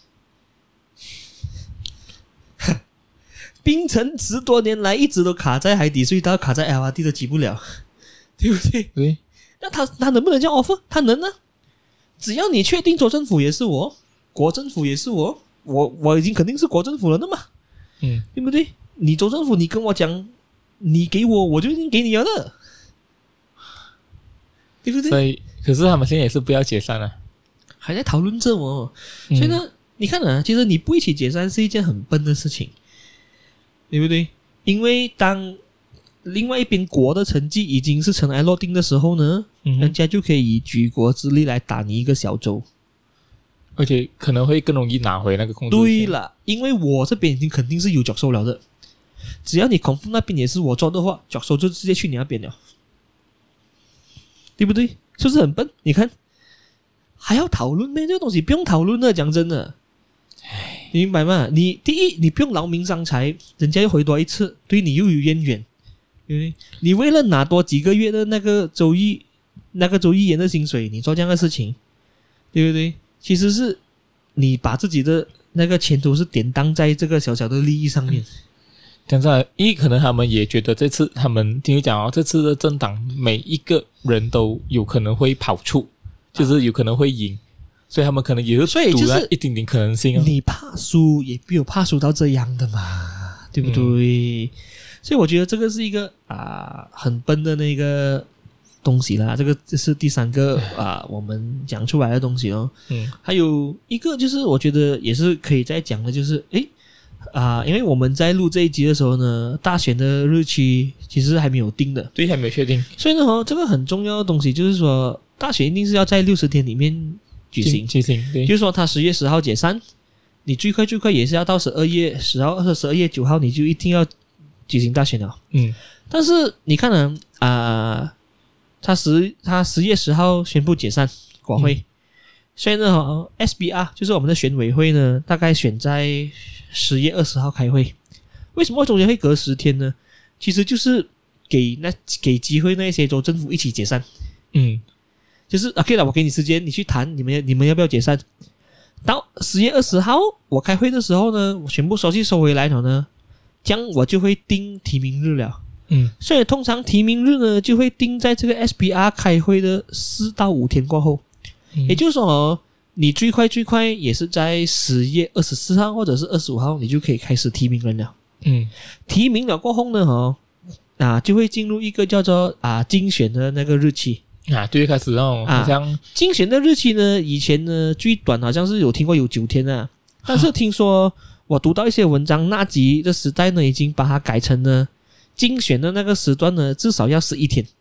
[SPEAKER 2] 槟城十多年来一直都卡在海底隧道，卡在 L R T 都起不了，对不对？
[SPEAKER 1] 对。
[SPEAKER 2] 那他他能不能这样 offer？ 他能啊，只要你确定州政府也是我，国政府也是我， 我我已经肯定是国政府了的嘛，
[SPEAKER 1] 嗯，
[SPEAKER 2] 对不对？你州政府你跟我讲，你给我我就已经给你了的，对不对？
[SPEAKER 1] 所以可是他们现在也是不要解散了，
[SPEAKER 2] 还在讨论这哦，所以呢，嗯、你看啊，其实你不一起解散是一件很笨的事情，对不对？因为当另外一边国的成绩已经是尘埃落定的时候呢，嗯、人家就可以以举国之力来打你一个小州，
[SPEAKER 1] 而且可能会更容易拿回那个控制权。
[SPEAKER 2] 对了，因为我这边已经肯定是有脚收了的，只要你恐怖那边也是我做的话，脚收就直接去你那边了，对不对？是不是很笨？你看还要讨论咩？这个东西不用讨论的，讲真的，你明白吗？你第一，你不用劳民伤财，人家又回多一次，对你又有渊源，对不对？你为了拿多几个月的那个州议那个州议员的薪水，你做这样的事情，对不对？其实是你把自己的那个前途是典当在这个小小的利益上面。
[SPEAKER 1] 讲真的，一可能他们也觉得这次他们听你讲哦，这次的政党每一个人都有可能会跑出，就是有可能会赢，所以他们可能也是赌了一点点可能性、哦。
[SPEAKER 2] 你怕输也没有怕输到这样的嘛，对不对？嗯、所以我觉得这个是一个啊、呃、很笨的那个东西啦，这个这是第三个啊、呃、我们讲出来的东西哦。
[SPEAKER 1] 嗯，
[SPEAKER 2] 还有一个就是我觉得也是可以再讲的，就是诶。啊、呃，因为我们在录这一集的时候呢，大选的日期其实还没有定的，
[SPEAKER 1] 对，还没有确定。
[SPEAKER 2] 所以呢、哦，这个很重要的东西就是说，大选一定是要在六十天里面举行，
[SPEAKER 1] 举行，对，
[SPEAKER 2] 就是说他十月十号解散，你最快最快也是要到十二月十号或者十二月九号，你就一定要举行大选了。
[SPEAKER 1] 嗯，
[SPEAKER 2] 但是你看呢，啊、呃，他十他十月十号宣布解散国会。嗯，所以呢、哦、，S B R 就是我们的选委会呢，大概选在十月二十号开会。为什么中间会隔十天呢？其实就是给那给机会那些州政府一起解散。
[SPEAKER 1] 嗯，
[SPEAKER 2] 就是 OK 了，我给你时间，你去谈，你们你们要不要解散？到十月二十号我开会的时候呢，我全部手续收回来了呢，这样我就会定提名日了。
[SPEAKER 1] 嗯，
[SPEAKER 2] 所以通常提名日呢就会定在这个 S B R 开会的四到五天过后。也就是说、哦，你最快最快也是在十月二十四号或者是二十五号，你就可以开始提名人了。
[SPEAKER 1] 嗯，
[SPEAKER 2] 提名了过后呢，哦，啊，就会进入一个叫做啊竞选的那个日期
[SPEAKER 1] 啊，对，开始那种好像、
[SPEAKER 2] 啊、竞选的日期呢，以前呢最短好像是有听过有九天啊，但是听说我读到一些文章，纳吉的时代呢已经把它改成了竞选的那个时段呢至少要十一天。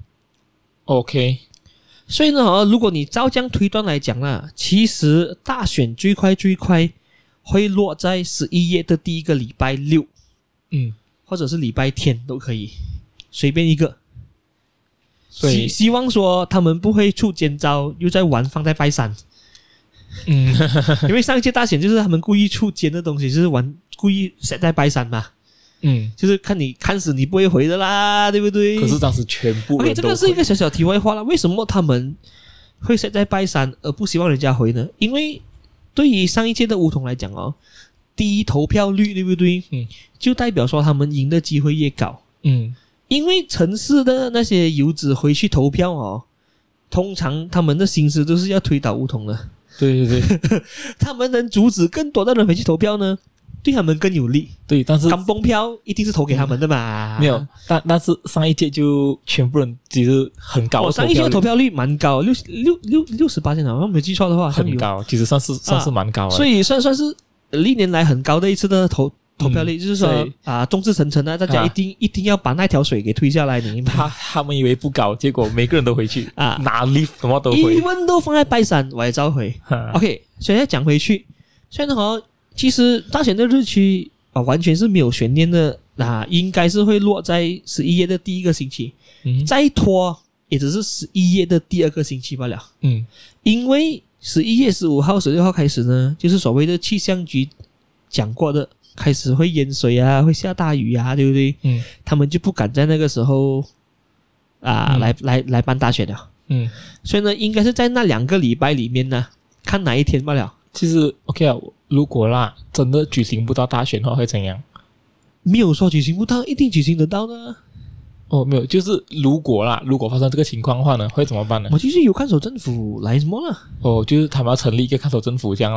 [SPEAKER 1] OK。
[SPEAKER 2] 所以呢、哦，如果你照这样推断来讲啦，其实大选最快最快会落在十一月的第一个礼拜六，
[SPEAKER 1] 嗯，
[SPEAKER 2] 或者是礼拜天都可以，随便一个。
[SPEAKER 1] 所以
[SPEAKER 2] 希希望说他们不会出奸招，又在玩放在拜山。
[SPEAKER 1] 嗯，
[SPEAKER 2] 因为上一届大选就是他们故意出奸的东西，就是玩故意set在拜山嘛。
[SPEAKER 1] 嗯，
[SPEAKER 2] 就是看你看死你不会回的啦，对不对？
[SPEAKER 1] 可是当时全部人都
[SPEAKER 2] OK， 这个是一个小小题外话啦。为什么他们会设在拜山而不希望人家回呢？因为对于上一届的巫统来讲哦，低投票率，对不对？
[SPEAKER 1] 嗯，
[SPEAKER 2] 就代表说他们赢的机会越高。
[SPEAKER 1] 嗯，
[SPEAKER 2] 因为城市的那些游子回去投票哦，通常他们的心思都是要推倒巫统的。
[SPEAKER 1] 对对对，
[SPEAKER 2] 他们能阻止更多的人回去投票呢？对他们更有利，
[SPEAKER 1] 对，但是
[SPEAKER 2] 港崩票一定是投给他们的嘛？
[SPEAKER 1] 嗯、没有，但但是上一届就全部人其实很高的投票率，
[SPEAKER 2] 哦、上一届投票率蛮高，六六六六十八%，好像没记错的话，
[SPEAKER 1] 很高，其实算是、啊、算是蛮高的，
[SPEAKER 2] 所以算算是历年来很高的一次的投投票率，嗯、就是说啊，众志成城啊，大家一定、啊、一定要把那条水给推下来，你
[SPEAKER 1] 他他们以为不高，结果每个人都回去啊，拿 lift 什么都回，
[SPEAKER 2] 一问都放在拜山，我也照回。OK， 现在讲回去，所以呢，哦，其实大选的日期。啊，完全是没有悬念的啊，应该是会落在十一月的第一个星期，
[SPEAKER 1] 嗯，
[SPEAKER 2] 再拖也只是十一月的第二个星期罢了。
[SPEAKER 1] 嗯，
[SPEAKER 2] 因为十一月十五号、十六号开始呢，就是所谓的气象局讲过的，开始会淹水啊，会下大雨啊，对不对？
[SPEAKER 1] 嗯，他
[SPEAKER 2] 们就不敢在那个时候啊、嗯、来来来办大选了。
[SPEAKER 1] 嗯，
[SPEAKER 2] 所以呢，应该是在那两个礼拜里面呢，看哪一天罢了。
[SPEAKER 1] 其实 OK 啊，如果啦真的举行不到大选的话会怎样？
[SPEAKER 2] 没有说举行不到，一定举行得到的。
[SPEAKER 1] 哦，没有，就是如果啦，如果发生这个情况的话呢，会怎么办呢？
[SPEAKER 2] 我就是有看守政府来什么了。
[SPEAKER 1] 哦，就是他们要成立一个看守政府这样啦。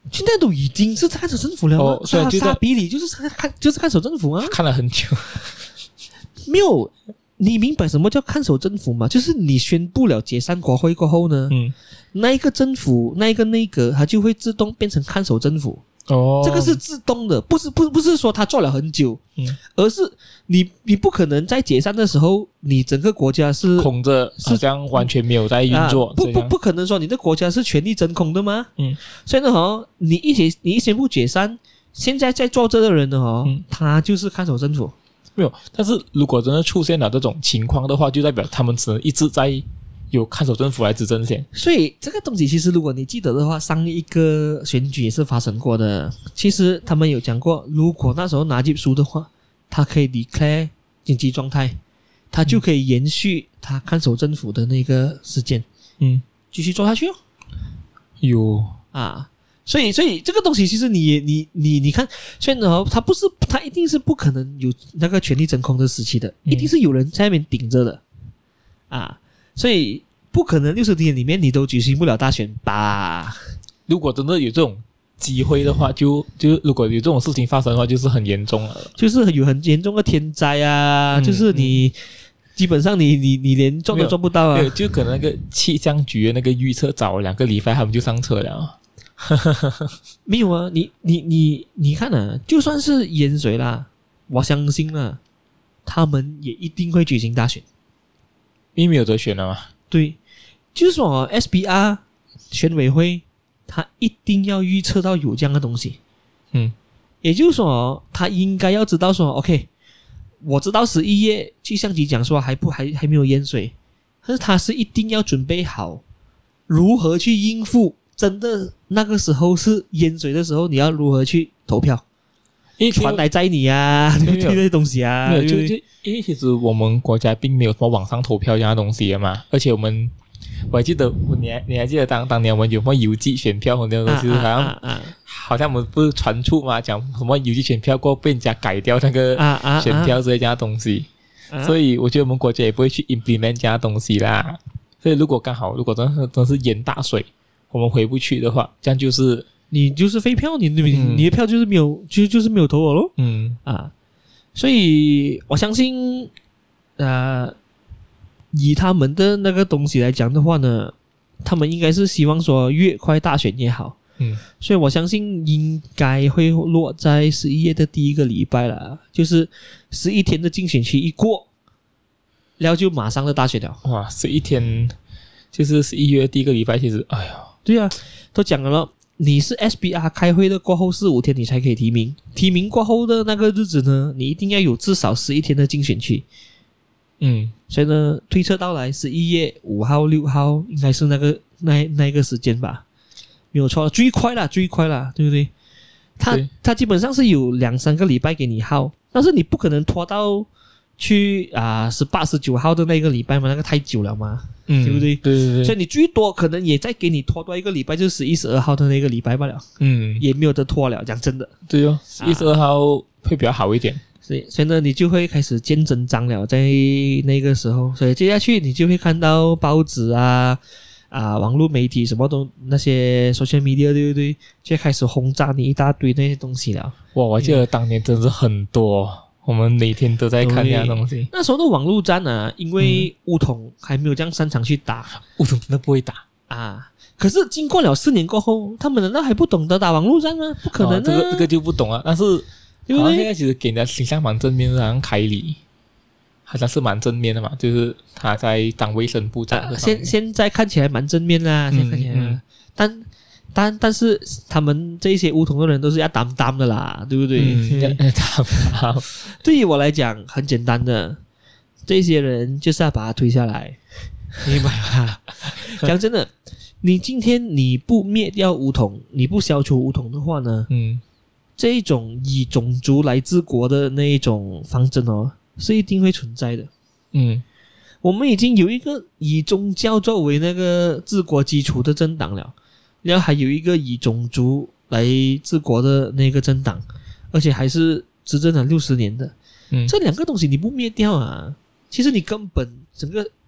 [SPEAKER 2] 现在都已经是看守政府了
[SPEAKER 1] 哦，所以就在
[SPEAKER 2] 沙比里就是看就是看守政府啊，
[SPEAKER 1] 看了很久，
[SPEAKER 2] 没有。你明白什么叫看守政府吗？就是你宣布了解散国会过后呢，嗯，那一个政府那一个内阁它就会自动变成看守政府。哦，这个是自动的，不是不不是说他做了很久，嗯，而是你你不可能在解散的时候，你整个国家是
[SPEAKER 1] 空着，好像完全没有在运作，
[SPEAKER 2] 啊、不不不可能说你的国家是权力真空的吗？嗯，所以呢，哈，你一解你一宣布解散，现在在做这的人呢，哈、嗯，他就是看守政府。
[SPEAKER 1] 没有，但是如果真的出现了这种情况的话，就代表他们只能一直在有看守政府来执政先。
[SPEAKER 2] 所以这个东西其实如果你记得的话，上一个选举也是发生过的。其实他们有讲过，如果那时候拿吉输的话，他可以 declare 紧急状态，他就可以延续他看守政府的那个时间，嗯，继续做下去哦。
[SPEAKER 1] 有
[SPEAKER 2] 啊。所以，所以这个东西其实你你你你看，虽然哦，他不是他一定是不可能有那个权力真空的时期的，嗯、一定是有人在那边顶着的啊，所以不可能六十天里面你都举行不了大选吧？
[SPEAKER 1] 如果真的有这种机会的话，就就如果有这种事情发生的话，就是很严重了，
[SPEAKER 2] 就是有很严重的天灾啊，嗯、就是你。嗯基本上你你你连做都做不到啊！
[SPEAKER 1] 就可能那个气象局的那个预测早两个礼拜他们就上车了。
[SPEAKER 2] 没有啊，你你你你看啊，就算是淹水啦，我相信啦，他们也一定会举行大选，
[SPEAKER 1] 因为没有得选了嘛。
[SPEAKER 2] 对，就是说 S B R 选委会他一定要预测到有这样的东西，嗯，也就是说他应该要知道说 OK。我知道十一月气象局讲说还不还还没有淹水，但是他是一定要准备好如何去应付真的那个时候是淹水的时候，你要如何去投票，因为船来载你啊，对不对？这些东西啊，
[SPEAKER 1] 没有就就因为其实我们国家并没有什么网上投票这样的东西的嘛，而且我们我还记得你还你还记得当当年我们有什么邮寄选票很多东西，好像、啊啊啊、好像我们不是传出嘛，讲什么邮寄选票过后被人家改掉那个选票之类这样的东西，啊啊啊、所以我觉得我们国家也不会去 implement 这样的东西啦。所以如果刚好如果真的真的是淹大水，我们回不去的话，这样就是
[SPEAKER 2] 你就是废票，你、嗯、你的票就是没有就就是没有投我咯。嗯啊，所以我相信呃。以他们的那个东西来讲的话呢，他们应该是希望说越快大选越好，嗯，所以我相信应该会落在十一月的第一个礼拜了，就是十一天的竞选期一过，然后就马上的大选了。
[SPEAKER 1] 哇，十一天就是十一月第一个礼拜，其实哎呀，
[SPEAKER 2] 对啊，都讲了咯，你是 S B R 开会的过后四五天你才可以提名，提名过后的那个日子呢，你一定要有至少十一天的竞选期。嗯，所以呢，推测到来十一月五号、六号应该是那个那那个时间吧，没有错，最快啦，最快啦，对不对？他他基本上是有两三个礼拜给你耗，但是你不可能拖到去啊十八、十九号的那个礼拜嘛，那个太久了嘛，嗯，对不对？
[SPEAKER 1] 对对对。
[SPEAKER 2] 所以你最多可能也再给你拖多一个礼拜，就是十一、十二号的那个礼拜罢了，嗯，也没有得拖了，讲真的。
[SPEAKER 1] 对哦，十一、十二号会比较好一点。
[SPEAKER 2] 所以，所以呢，你就会开始见真章了，在那个时候，所以接下去你就会看到报纸啊、啊网络媒体什么都那些 social media 对不对，就开始轰炸你一大堆那些东西了。
[SPEAKER 1] 哇，我记得当年真是很多，我们每天都在看这样的东西。
[SPEAKER 2] 那时候的网络战啊，因为巫统还没有这样擅长去打，
[SPEAKER 1] 巫统真的不会打
[SPEAKER 2] 啊。可是经过了四年过后，他们难道还不懂得打网络战吗？不可能啊，
[SPEAKER 1] 哦、这个这个就不懂啊，但是。对不对？好像现在其实给人家形象蛮正面的，好像凯里好像是蛮正面的嘛，就是他在当卫生部长、
[SPEAKER 2] 啊。现现在看起来蛮正面啦，现在看起来，嗯嗯、但但但是他们这些巫统的人都是要担当的啦，对不对？
[SPEAKER 1] 嗯，要担当。
[SPEAKER 2] 对于我来讲很简单的，这些人就是要把他推下来，明白吗？讲真的，你今天你不灭掉巫统，你不消除巫统的话呢？嗯。这一种以种族来治国的那一种方针哦，是一定会存在的。嗯，我们已经有一个以宗教作为那个治国基础的政党了，然后还有一个以种族来治国的那个政党，而且还是执政了六十年的。嗯，这两个东西你不灭掉啊，其实你根本整个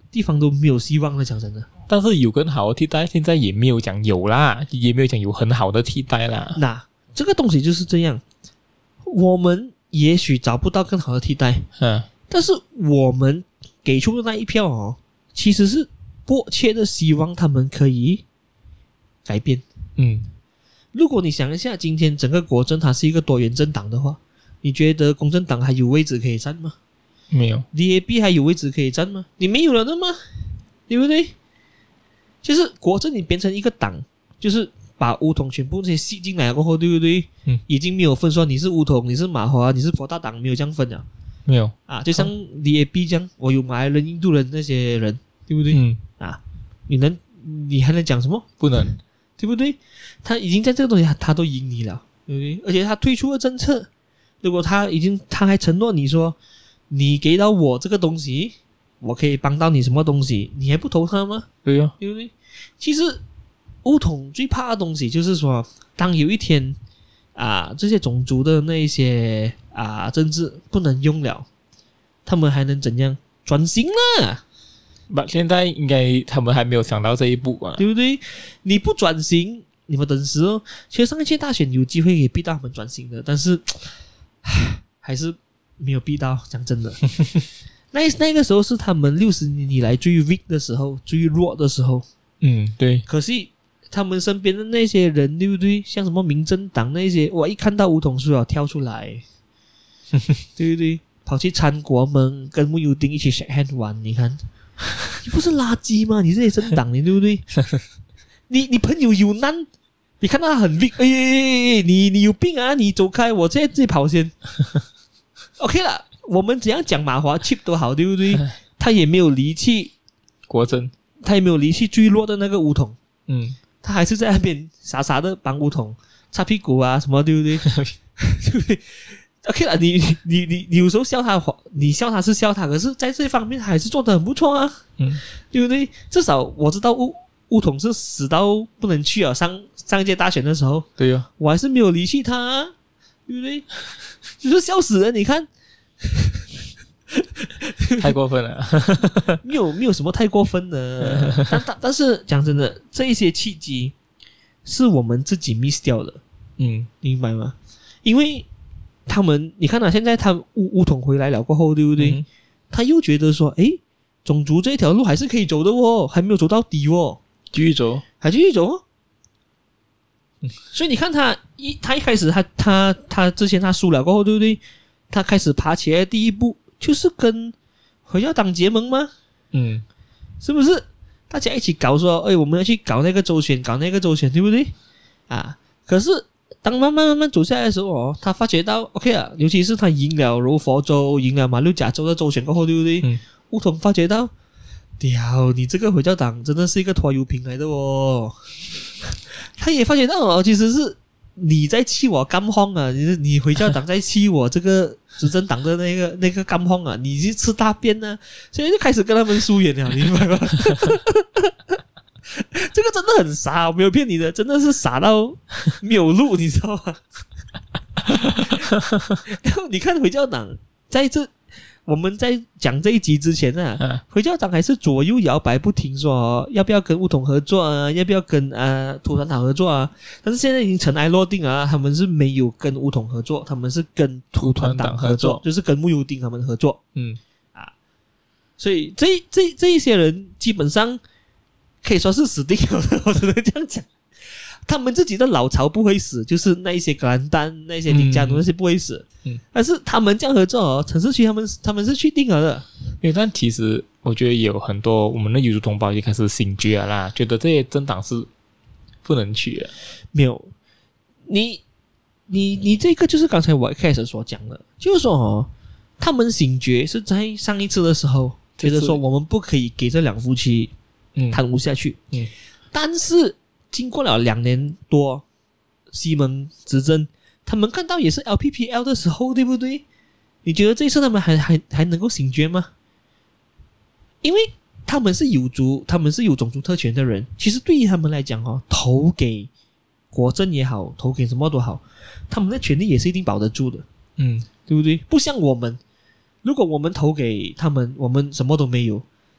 [SPEAKER 2] 地方都没有希望了，讲真的。
[SPEAKER 1] 但是有更好的替代，现在也没有讲有啦，也没有讲有很好的替代啦。
[SPEAKER 2] 那这个东西就是这样，我们也许找不到更好的替代，
[SPEAKER 1] 嗯，
[SPEAKER 2] 但是我们给出的那一票哦，其实是迫切的希望他们可以改变。
[SPEAKER 1] 嗯，
[SPEAKER 2] 如果你想一下，今天整个国政它是一个多元政党的话，你觉得公正党还有位置可以站吗？
[SPEAKER 1] 没有。
[SPEAKER 2] D A B 还有位置可以站吗？你没有了的吗？对不对？就是国政你变成一个党，就是把巫统全部这些吸进来过后，对不对？
[SPEAKER 1] 嗯，
[SPEAKER 2] 已经没有分说你是巫统，你是马华，你是佛大党，没有这样分了。
[SPEAKER 1] 没有
[SPEAKER 2] 啊，就像 D A B 这样，我有马来人、印度人那些人，对不对？
[SPEAKER 1] 嗯，
[SPEAKER 2] 啊，你能，你还能讲什么？
[SPEAKER 1] 不能，
[SPEAKER 2] 对不对？他已经在这个东西他，他都赢你了，对不对？而且他推出的政策，如果他已经，他还承诺你说，你给到我这个东西，我可以帮到你什么东西，你还不投他吗？
[SPEAKER 1] 对呀，
[SPEAKER 2] 对不对？其实巫统最怕的东西就是说，当有一天啊，这些种族的那一些啊政治不能用了，他们还能怎样转型啦？
[SPEAKER 1] 不，现在应该他们还没有想到这一步啊，
[SPEAKER 2] 对不对？你不转型，你们等死哦。其实上一届大选有机会可以逼到他们转型的，但是还是没有逼到。讲真的，那那个时候是他们六十年以来最 weak 的时候，最弱的时候。
[SPEAKER 1] 嗯，对。
[SPEAKER 2] 可是他们身边的那些人，对不对？像什么民政党那些，我一看到梧桐树啊，跳出来，对不对？跑去参国门，跟穆尤丁一起 shake hand 玩，你看，你不是垃圾吗？你这些政党，你对不对？你你朋友有难，你看到他很 weak， 哎，你你有病啊！你走开，我在这里跑先。OK 了，我们怎样讲马华 cheap 都好，对不对？他也没有离弃
[SPEAKER 1] 国政，
[SPEAKER 2] 他也没有离弃坠落的那个梧桐，
[SPEAKER 1] 嗯，
[SPEAKER 2] 他还是在那边傻傻的帮梧桐擦屁股啊，什么对不对？对不对？OK 了，你你你你有时候笑他，你笑他是笑他，可是在这方面他还是做得很不错啊，
[SPEAKER 1] 嗯，
[SPEAKER 2] 对不对？至少我知道梧梧桐是死到不能去啊，上上一届大选的时候，
[SPEAKER 1] 对呀，
[SPEAKER 2] 我还是没有离弃他啊，对不对？就是笑死人，你看。
[SPEAKER 1] 太过分了。
[SPEAKER 2] 没有没有什么太过分的，但但但是讲真的，这一些契机是我们自己 miss 掉的，
[SPEAKER 1] 嗯，
[SPEAKER 2] 明白吗？因为他们，你看啊，现在他巫巫统回来了过后，对不对？嗯、他又觉得说，诶，种族这条路还是可以走的哦，还没有走到底哦，
[SPEAKER 1] 继续走，
[SPEAKER 2] 还继续走哦。嗯、所以你看他一他一开始他他他之前他输了过后，对不对？他开始爬起来的第一步就是跟回教党结盟吗？
[SPEAKER 1] 嗯，
[SPEAKER 2] 是不是？大家一起搞说，哎，我们要去搞那个州选，搞那个州选，对不对？啊，可是当慢慢慢慢走下来的时候哦，他发觉到 ，OK 啊，尤其是他赢了柔佛州、赢了马六甲州的州选过后，对不对？
[SPEAKER 1] 嗯，
[SPEAKER 2] 巫统发觉到，屌，你这个回教党真的是一个拖油瓶来的哦。他也发觉到哦，其实是你在气我干荒啊，你你回教党在气我这个执政党的那个那个干荒啊，你去吃大便呢、啊，所以就开始跟他们疏远了，你明白吗？这个真的很傻，我没有骗你的，真的是傻到没有路，你知道吗？然后你看回教党在这。我们在讲这一集之前啊，啊回教党还是左右摇摆不停说、哦、要不要跟巫统合作啊，要不要跟啊土团党合作啊，但是现在已经尘埃落定啊，他们是没有跟巫统合作，他们是跟土团党合作，合作就是跟穆尤丁他们合作，
[SPEAKER 1] 嗯
[SPEAKER 2] 啊，所以这这这一些人基本上可以说是死定了，我只能这样讲。他们自己的老巢不会死，就是那一些格兰丹、那些林加奴那些不会死，嗯，但是他们这样合作哦，陈世区他们他们是去定了的。
[SPEAKER 1] 因为但其实我觉得也有很多我们的彝族同胞就开始醒觉了啦，觉得这些政党是不能去的。
[SPEAKER 2] 没有，你你你这个就是刚才我一开始所讲的，就是说哦，他们醒觉是在上一次的时候觉得说我们不可以给这两夫妻贪污下去，嗯，嗯但是。经过了两年多，西蒙执政，他们看到也是 L P P L 的时候，对不对？你觉得这一次他们还还还能够醒觉吗？因为他们是有族，他们是有种族特权的人，其实对于他们来讲哦，投给国政也好，投给什么都好，他们的权利也是一定保得住的，嗯，对不对？不像我们，如果我们投给他们，我们什么都没有。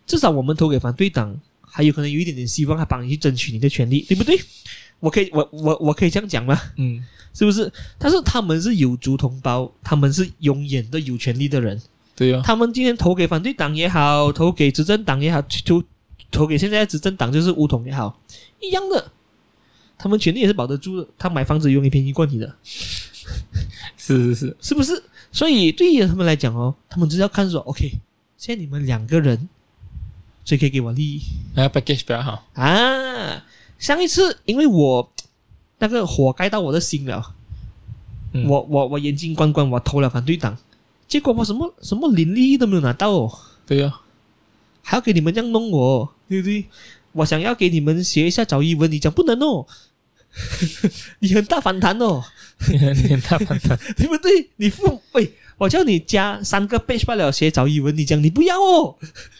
[SPEAKER 2] 至少我们投给反对党，还有可能有一点点希望，他帮你去争取你的权利，对不对？我可以，我我我可以这样讲吗？
[SPEAKER 1] 嗯，
[SPEAKER 2] 是不是？但是他们是有族同胞，他们是永远的有权利的人。
[SPEAKER 1] 对哦，
[SPEAKER 2] 他们今天投给反对党也好，投给执政党也好，投投给现在的执政党就是巫统也好，一样的，他们权利也是保得住的。他买房子永远便宜过你的，
[SPEAKER 1] 是是是，
[SPEAKER 2] 是不是？所以对于他们来讲哦，他们只要看说 ，OK， 现在你们两个人，谁可以给我利益？
[SPEAKER 1] 那 package 比较好
[SPEAKER 2] 啊。上一次因为我那个火盖到我的心了，嗯、我我我眼睛关关，我投了反对党，结果我什么什么零利益都没有拿到哦。
[SPEAKER 1] 对哦，
[SPEAKER 2] 还要给你们这样弄我，对不对？我想要给你们学一下找英文，你讲不能哦，你很大反弹哦，
[SPEAKER 1] 你很大反弹，
[SPEAKER 2] 对不对？你付喂，我叫你加三个 page 罢了学找英文，你讲你不要哦。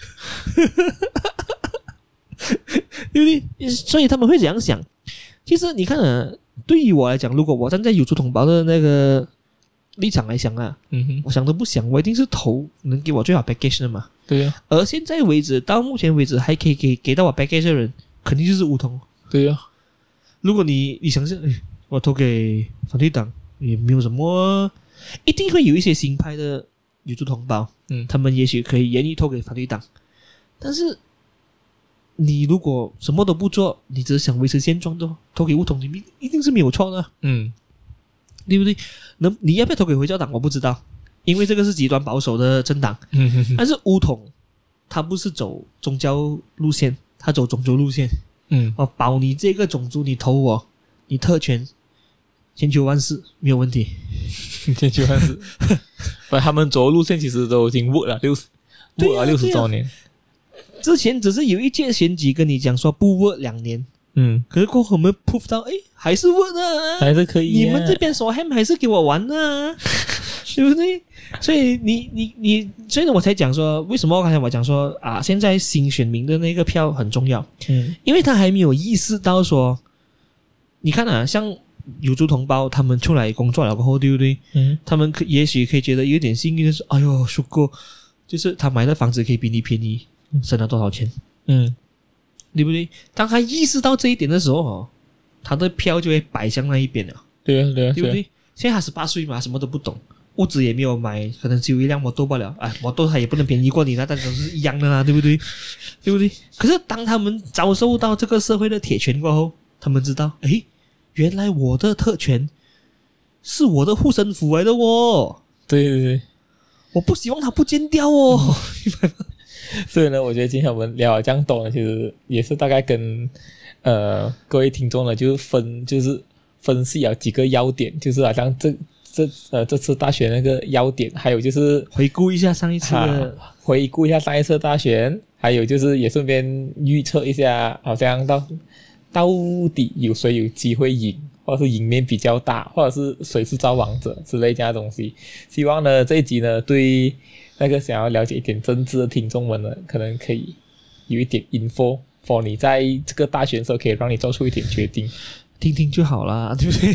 [SPEAKER 2] 对不对？所以他们会怎样想？其实你看啊，对于我来讲，如果我站在有族同胞的那个立场来想啊，
[SPEAKER 1] 嗯哼，
[SPEAKER 2] 我想都不想，我一定是投能给我最好 package 的嘛。
[SPEAKER 1] 对呀、
[SPEAKER 2] 啊。而现在为止，到目前为止还可以给给到我 package 的人，肯定就是巫统。
[SPEAKER 1] 对呀、啊。
[SPEAKER 2] 如果你你想想，哎，我投给反对党，也没有什么，一定会有一些新派的有族同胞，
[SPEAKER 1] 嗯，
[SPEAKER 2] 他们也许可以愿意投给反对党，但是。你如果什么都不做，你只是想维持现状的，投给巫统，你一定是没有错的，
[SPEAKER 1] 嗯，
[SPEAKER 2] 对不对？能你要不要投给回教党，我不知道，因为这个是极端保守的政党。
[SPEAKER 1] 嗯哼哼，
[SPEAKER 2] 但是巫统他不是走宗教路线，他走种族路线。
[SPEAKER 1] 嗯，
[SPEAKER 2] 我保你这个种族，你投我，你特权，千秋万世没有问题。
[SPEAKER 1] 千秋万世，不，他们走的路线其实都已经 work 了六十，work 了六十周年。
[SPEAKER 2] 之前只是有一届选举跟你讲说不 work 两年，
[SPEAKER 1] 嗯，
[SPEAKER 2] 可是过后我们 prove 到，哎，还是 work 的、啊，
[SPEAKER 1] 还是可以、啊。
[SPEAKER 2] 你们这边说 ham 还是给我玩的、啊，对不对？所以你你你，所以我才讲说，为什么刚才我讲说啊，现在新选民的那个票很重要，
[SPEAKER 1] 嗯，
[SPEAKER 2] 因为他还没有意识到说，你看啊，像有族同胞他们出来工作了过后，对不对？
[SPEAKER 1] 嗯，
[SPEAKER 2] 他们可也许可以觉得有点幸运的是，哎呦，叔哥，就是他买的房子可以比你便宜。省了多少钱？
[SPEAKER 1] 嗯，
[SPEAKER 2] 对不对？当他意识到这一点的时候哦，他的票就会摆向那一边了。
[SPEAKER 1] 对啊，对啊，
[SPEAKER 2] 对不对？现在他十八岁嘛，什么都不懂，屋子也没有买，可能只有一辆摩托罢了。哎，摩托他也不能便宜过你那，但都是一样的啦，对不对？对不对？可是当他们遭受到这个社会的铁拳过后，他们知道，哎，原来我的特权是我的护身符来的哦。
[SPEAKER 1] 对对对，
[SPEAKER 2] 我不希望它不见掉哦。明白吗？
[SPEAKER 1] 所以呢，我觉得今天我们聊了这样多呢，其实也是大概跟呃各位听众呢，就是分就是分析了几个要点，就是好像这这呃这次大选那个要点，还有就是
[SPEAKER 2] 回顾一下上一次的，
[SPEAKER 1] 啊、回顾一下上一次大选，还有就是也顺便预测一下，好像到到底有谁有机会赢，或者是赢面比较大，或者是谁是造王者之类这样的东西。希望呢这一集呢对那个想要了解一点政治的听众们呢，可能可以有一点 info for 你在这个大选的时候可以让你做出一点决定，
[SPEAKER 2] 听听就好啦，对不对？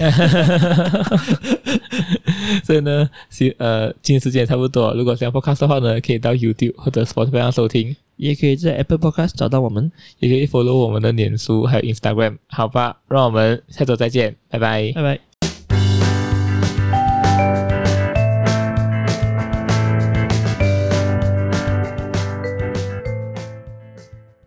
[SPEAKER 1] 所以呢，呃，今天时间也差不多，如果想要 podcast 的话呢，可以到 YouTube 或者 Spotify 上收听，
[SPEAKER 2] 也可以在 Apple Podcast 找到我们，
[SPEAKER 1] 也可以 follow 我们的脸书还有 Instagram， 好吧？让我们下周再见，拜拜，
[SPEAKER 2] 拜拜。